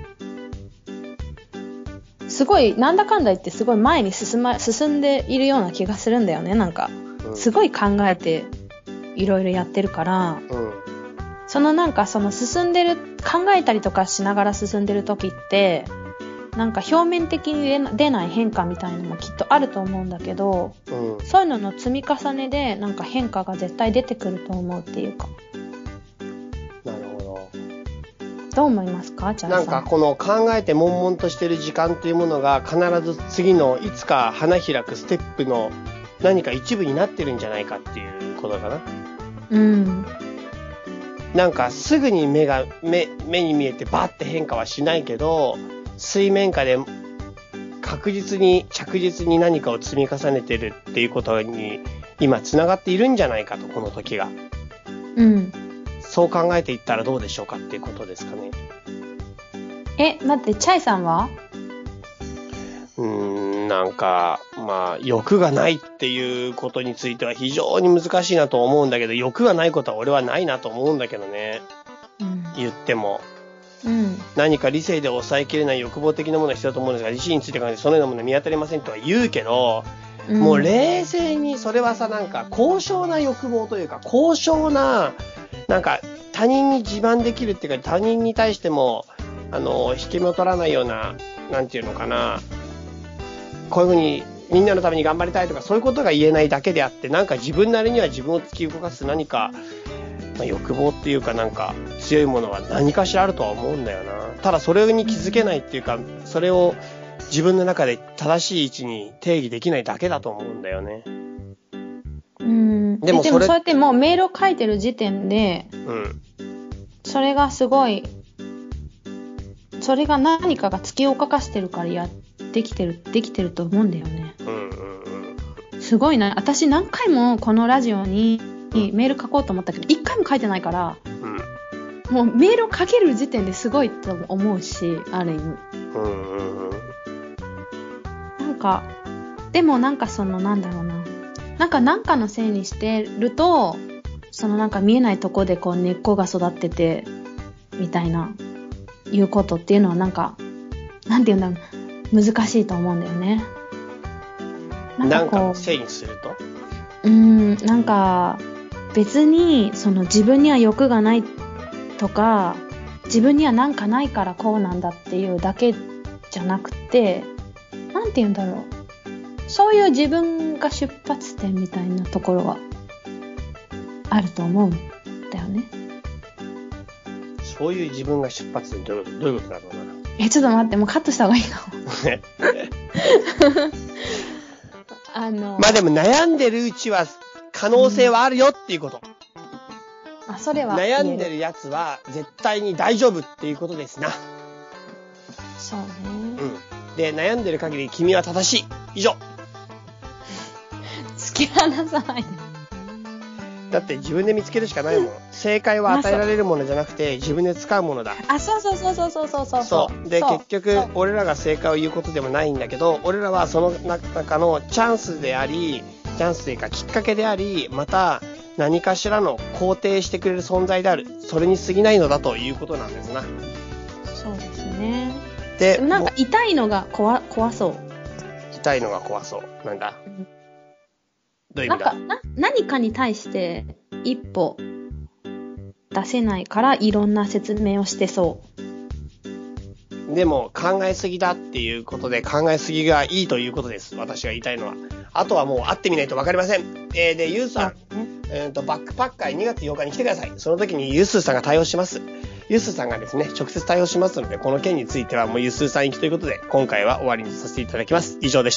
すごい、なんだかんだ言ってすごい前に進ま、進んでいるような気がするんだよね、なんか。 うん、 すごい考えて、いろいろやってるから、 うん、 そのなんかその進んでる、考えたりとかしながら進んでる時って、なんか表面的に出ない変化みたいなのもきっとあると思うんだけど、 うん、 そういうのの積み重ねでなんか変化が絶対出てくると思うっていうか。 なるほど。 どう思いますか、チャーさん。 なんかこの考えて悶々としてる時間というものが必ず次のいつか花開くステップの何か一部になってるんじゃないかっていうことかな。 うん。 なんかすぐに目が、目、目に見えてバッて変化はしないけど、水面下で確実に着実に何かを積み重ねてるっていうことに今つながっているんじゃないかと、この時が。 うん。 そう考えていったらどうでしょうかっていうことですかね。 え、待って、チャイさんは？ うーん、なんか、まあ、欲がないっていうことについては非常に難しいなと思うんだけど、欲がないことは俺はないなと思うんだけどね。 うん。 言っても。 うん。 何か理性で抑えきれない欲望的なものが必要だと思うんですが、理性について考えてそのようなものは見当たりませんとは言うけど、うん、もう冷静にそれはさ、なんか高尚な欲望というか、高尚な、なんか他人に自慢できるっていうか、他人に対しても、あの、引けも取らないような、なんていうのかな、こういうふうにみんなのために頑張りたいとか、そういうことが言えないだけであって、なんか自分なりには自分を突き動かす何か、まあ、欲望っていうかなんか強いものは何かしらあるとは思うんだよな。ただそれに気づけないっていうか、それを自分の中で正しい位置に定義できないだけだと思うんだよね。 うん。でもそれ、でもそうやってもうメールを書いてる時点で、うん。それがすごい、それが何かが突き動かしてるからやってきてる、できてると思うんだよね。うんうんうん。すごいな。私何回もこのラジオにメール書こうと思ったけど、一回も書いてないから、うん、もうメールを書ける時点ですごいと思うし、ある意味。うんうんうん。なんか、でもなんかそのなんだろうな。なんかなんかのせいにしてると、そのなんか見えないとこでこう根っこが育ってて、みたいな、いうことっていうのはなんか、なんていうんだろう、難しいと思うんだよね。 なんかこう、なんかのせいにすると？ うーん、なんか、別にその自分には欲がないとか自分にはなんかないからこうなんだっていうだけじゃなくて、なんて言うんだろう、そういう自分が出発点みたいなところはあると思うんだよね。 そういう自分が出発点どういうこと、どういうことだろうな。 え、ちょっと待って、もうカットした方がいいかもあのまあでも悩んでるうちは可能性はあるよっていうこと。 うん、あ、それは悩んでるやつは絶対に大丈夫っていうことですな。 そうね。 うん。で、悩んでる限り君は正しい。以上。 突き放さないで。 だって自分で見つけるしかないもの。正解は与えられるものじゃなくて自分で使うものだ。 あ、そうそうそうそうそうそうそう。 そう。で、結局俺らが正解を言うことでもないんだけど、俺らはその中のチャンスであり、チャンスというかきっかけであり、また何かしらの肯定してくれる存在である。それに過ぎないのだということなんですな。 そうですね。 で、 なんか痛いのが怖、怖そう。 痛いのが怖そう。なんだ、うん、どういう意味だ？ なんかな、何かに対して一歩出せないからいろんな説明をしてそう。 でも考えすぎだっていうことで考えすぎがいいということです。私が言いたいのは。あとはもう会ってみないと分かりません。えー、で、ユーさん、えーと、バックパッカーにがつようかに来てください。その時にユースーさんが対応します。ユースーさんがですね、直接対応しますので、この件についてはもうユースーさん行きということで、今回は終わりにさせていただきます。以上でした。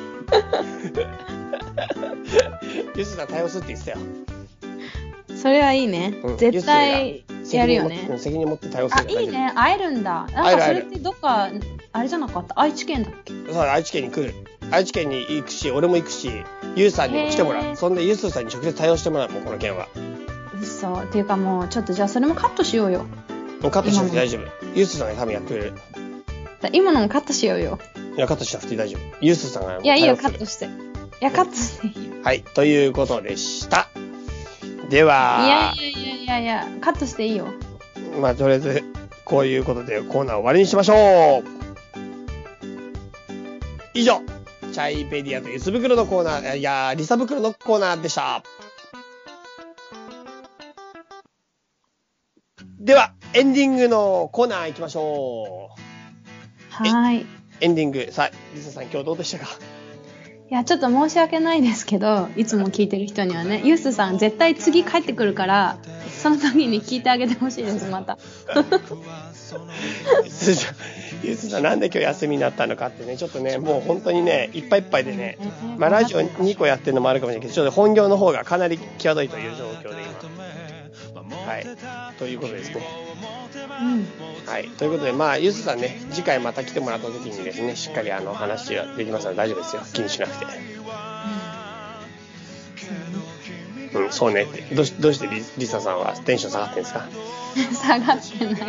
ユースーさん対応するって言ってたよ。 それはいいね。うん、絶対やるよね。 責任持って対応する。 あ、いいね。会えるんだ。なんかそれってどっか、あれじゃなかった？愛知県だっけ？ そう、愛知県に来る。愛知県に行くし、俺も行くし、ユーさんにも来てもらう。そんでユースさんに直接対応してもらう。もうこの件は。 嘘。っていうかもう、ちょっとじゃあそれもカットしようよ。 もうカットしなくて大丈夫。 ユースさんが多分やってくれる。 今のもカットしようよ。 いや、カットしなくて大丈夫。ユースさんが。 いや、いいよ、カットして。いや、カットしていいよ。 はい、ということでした。では。 いやいやいやいやいや、カットしていいよ。 まあ、とりあえず、こういうことでコーナー終わりにしましょう。以上、チャイペディアとユス袋のコーナー、いや、リサ袋のコーナーでした。では、エンディングのコーナー行きましょう。はい。 エンディング。さあ、リサさん今日どうでしたか？ いや、ちょっと申し訳ないですけど、いつも聞いてる人にはね、ユースさん絶対次帰ってくるから、その時に聞いてあげてほしいです、また。 ユースさんなんで今日休みになったのかってね、ちょっとね、もう本当にね、いっぱいいっぱいでね、まあラジオにこやってるのもあるかもしれないけど、ちょっと本業の方がかなり際どいという状況で今。はい。ということですね。 うん。 はい。ということで、まあ、ユースさんね、次回また来てもらった時にですね、しっかりあの話ができますので大丈夫ですよ。気にしなくて。うん、うん、そうねって。どうし、どうしてリ、リサさんはテンション下がってるんですか？ 下がってない。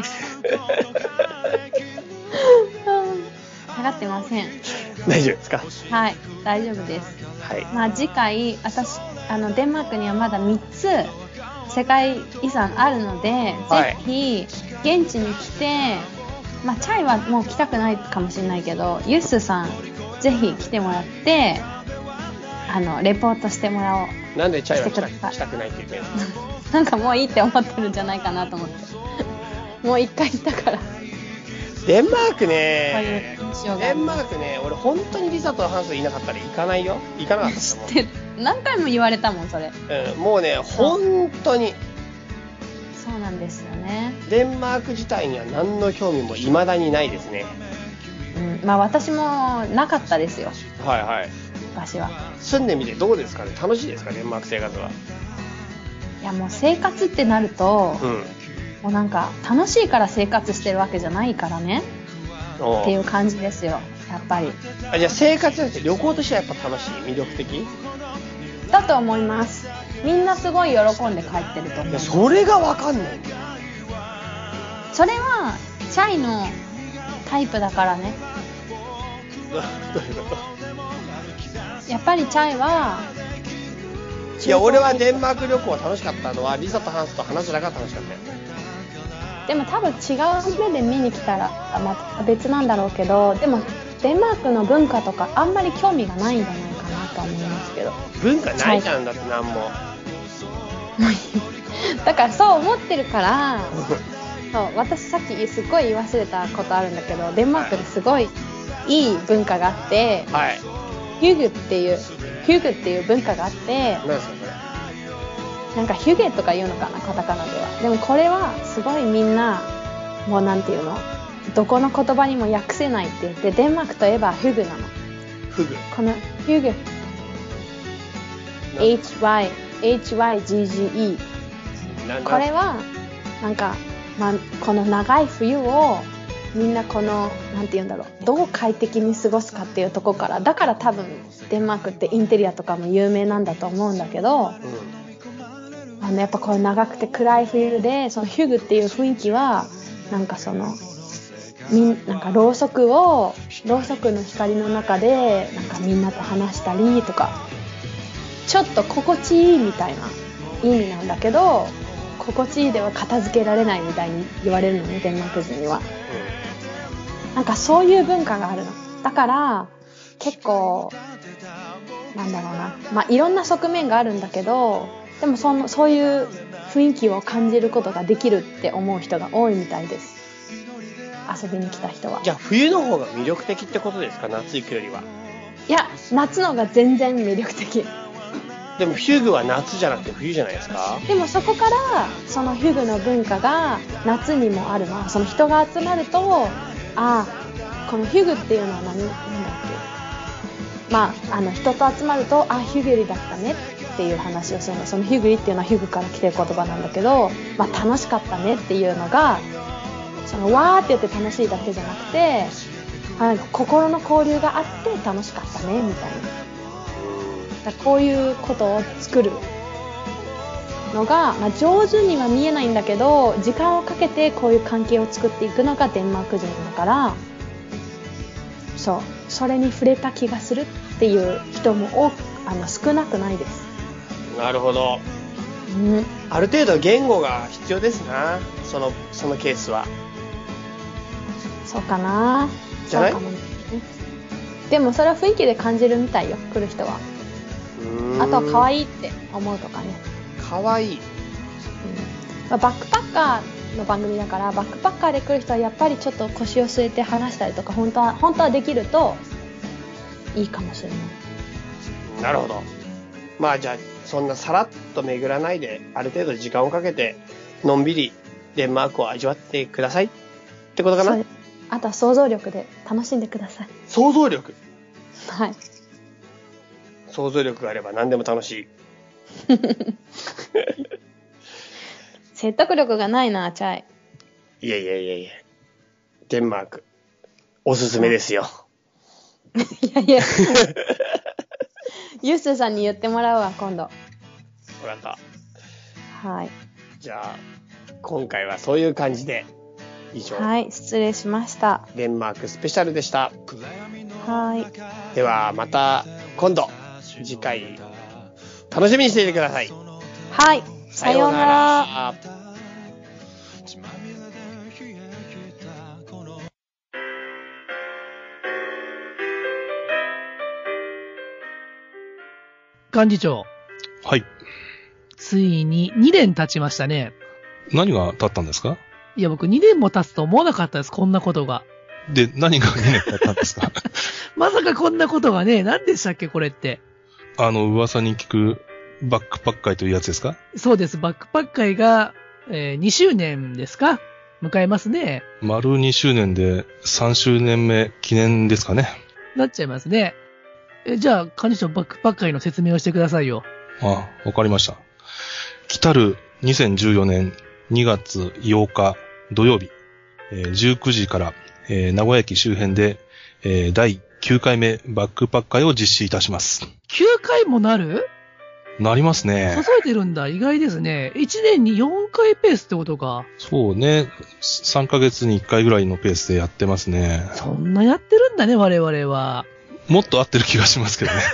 下がってません。 大丈夫ですか？ はい、大丈夫です。 はい。 まあ、次回、私、あの、デンマークにはまだみっつ、世界遺産あるので、はい、ぜひ現地に来て、まあ、チャイはもう来たくないかもしれないけど、ユッスさんぜひ来てもらってあのレポートしてもらおう。 なんでチャイは来た、来たくないって言ってるの？ なんかもういいって思ってるんじゃないかなと思ってもう一回行ったから。 デンマークねデンマークね俺本当にリサと話すいなかったら行かないよ。行かなかった知って何回も言われたもんそれ、 うん、もうね本当にそうなんですよね。 デンマーク自体には何の興味も未だにないですね。 うん、まあ私もなかったですよ。 はいはい。 昔は。 住んでみてどうですかね？楽しいですか？デンマーク生活は。 いやもう生活ってなると、うん、もうなんか楽しいから生活してるわけじゃないからねっていう感じですよやっぱり。 あ、じゃあ生活じゃなくて旅行としてはやっぱ楽しい、魅力的だと思います。みんなすごい喜んで帰ってると思う。いやそれが分かんないんだよ。 それはチャイのタイプだからね。 どういうこと？ やっぱりチャイは、 いや俺はデンマーク旅行楽しかったのはリサと話すと話せなかった楽しかったよ。 でも多分違う目で見に来たらまた別なんだろうけど、でもデンマークの文化とかあんまり興味がないんじゃないかなと思いますけど。 文化ないじゃん、だって何もだからそう思ってるからそう私さっきすっごい言い忘れたことあるんだけど、デンマークですごいいい文化があって、はい、ヒュグっていうヒュグっていう文化があって、 何ですかこれ？ なんかヒュゲとか言うのかなカタカナでは。でもこれはすごいみんなもうなんていうのどこの言葉にも訳せないって言って、デンマークといえばフグなの。 フグ。 このフグ エイチワイ エイチワイジージーイー これはなんか、まあ、この長い冬をみんなこのなんて言うんだろうどう快適に過ごすかっていうところから、だから多分デンマークってインテリアとかも有名なんだと思うんだけど、うん、あのやっぱこう長くて暗い冬でそのヒュグっていう雰囲気はなんかそのみんなんかろうそくをろうそくの光の中でなんかみんなと話したりとか、ちょっと心地いいみたいな意味なんだけど、心地いいでは片付けられないみたいに言われるのねデンマーク人には、うん、なんかそういう文化があるの。だから結構なんだろうな、まあいろんな側面があるんだけど、でもそのそういう雰囲気を感じることができるって思う人が多いみたいです、遊びに来た人は。 じゃあ冬の方が魅力的ってことですか？夏行くよりは。 いや夏の方が全然魅力的。 でもヒュグは夏じゃなくて冬じゃないですか？ でもそこからそのヒュグの文化が夏にもあるの。その人が集まると、あこのヒュグっていうのは何、なんだっけ、まああの人と集まると、あヒュグリだったねっていう話をするの。そのヒュグリっていうのはヒュグから来てる言葉なんだけど、まあ楽しかったねっていうのが、そのわーって言って楽しいだけじゃなくて、あ心の交流があって楽しかったねみたいな。だこういうことを作るのが、まあ、上手には見えないんだけど、時間をかけてこういう関係を作っていくのがデンマーク人だから、そう、それに触れた気がするっていう人も多く、あの少なくないです。 なるほど。うん、ある程度言語が必要ですな。そのそのケースは。 そうかな。 じゃない？ そうかもね。でもそれは雰囲気で感じるみたいよ、来る人は。うーん、あとは可愛いって思うとかね。 可愛い。うん、 まあ、バックパッカーの番組だから、バックパッカーで来る人はやっぱりちょっと腰を据えて話したりとか、本当は本当はできるといいかもしれない。 なるほど。まあじゃあそんなさらっと巡らないで、ある程度時間をかけてのんびりデンマークを味わってくださいってことかな。 あとは想像力で楽しんでください。 想像力。 はい。 想像力があれば何でも楽しい。 説得力がないな、チャイ。 いやいやいやいや。デンマークおすすめですよ。 いやいや。ユースさんに言ってもらうわ、今度。 わかった。 はい。 じゃあ今回はそういう感じで以上。 はい、失礼しました。 デンマークスペシャルでした。 はい。 ではまた今度次回楽しみにしていてください。 はい。さようなら。 幹事長。 はい。 ついににねん経ちましたね。 何が経ったんですか？ いや、僕にねんも経つと思わなかったです、こんなことが。 で、何がにねん経ったんですか？ まさかこんなことがね、何でしたっけ、これって。 あの、噂に聞くバックパッカイというやつですか？ そうです、バックパッカイが、えー、にしゅうねんですか？迎えますね。 丸にしゅうねんでさんしゅうねんめ記念ですかね。 なっちゃいますね。え、じゃあ、幹事長バックパッカイの説明をしてくださいよ。 ああ、わかりました。来たるにせんじゅうよねんにがつようか土曜日、えー、じゅうくじから、えー、名古屋駅周辺で、えー、だいきゅうかいめバックパッカイを実施いたします。 きゅうかいもなる？ なりますね。 数えてるんだ。意外ですね。いちねんによんかいペースってことか。 そうね。さんかげつにいっかいぐらいのペースでやってますね。 そんなやってるんだね、我々は。 もっと合ってる気がしますけどね。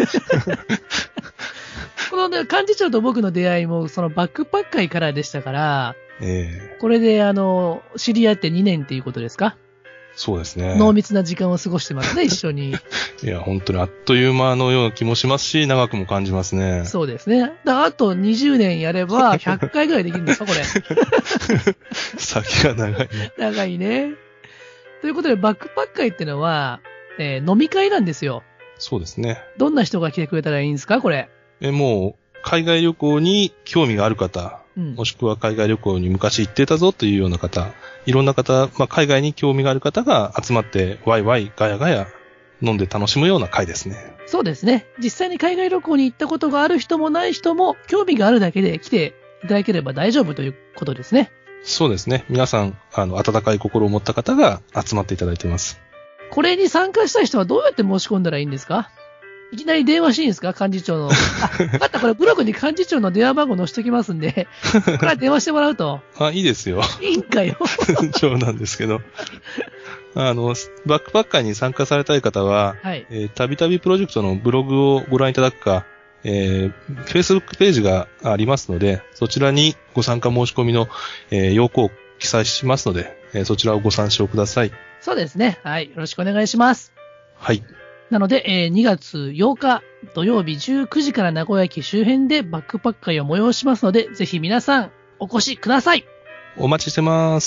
このね、幹事長と僕の出会いもそのバックパッカイからでしたから、 ええ、 これであの、知り合ってにねんっていうことですか？ そうですね。 濃密な時間を過ごしてますね、一緒に。 いや、本当にあっという間のような気もしますし、長くも感じますね。 そうですね。だあとにじゅうねんやればひゃっかいぐらいできるんですか、これ。 先が長いね。 長いね。ということで、バックパッカイってのは、えー、飲み会なんですよ。 そうですね。 どんな人が来てくれたらいいんですか、これ。 え、もう、海外旅行に興味がある方、うん、もしくは海外旅行に昔行ってたぞというような方、いろんな方、まあ、海外に興味がある方が集まって、ワイワイ、ガヤガヤ、飲んで楽しむような会ですね。 そうですね。実際に海外旅行に行ったことがある人もない人も、興味があるだけで来ていただければ大丈夫ということですね。 そうですね。皆さん、あの、温かい心を持った方が集まっていただいています。これに参加したい人はどうやって申し込んだらいいんですか？いきなり電話していいんですか？幹事長の。あ、分かった。これブログに幹事長の電話番号載せときますんで、これは電話してもらうと。 あ、いいですよ。 いいんかよ。 そうなんですけど。あの、バックパッカーに参加されたい方は、はい、えー、たびたびプロジェクトのブログをご覧いただくか、えー、Facebook ページがありますので、そちらにご参加申し込みの、えー、要項を記載しますので、えー、そちらをご参照ください。 そうですね。はい。よろしくお願いします。 はい。 なので、えー、にがつようか土曜日じゅうくじから名古屋駅周辺でバックパッカーを催しますので、ぜひ皆さんお越しください。 お待ちしてます。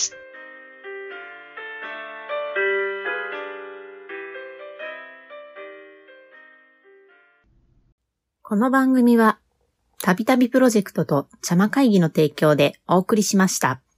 この番組は、たびたびプロジェクトと茶間会議の提供でお送りしました。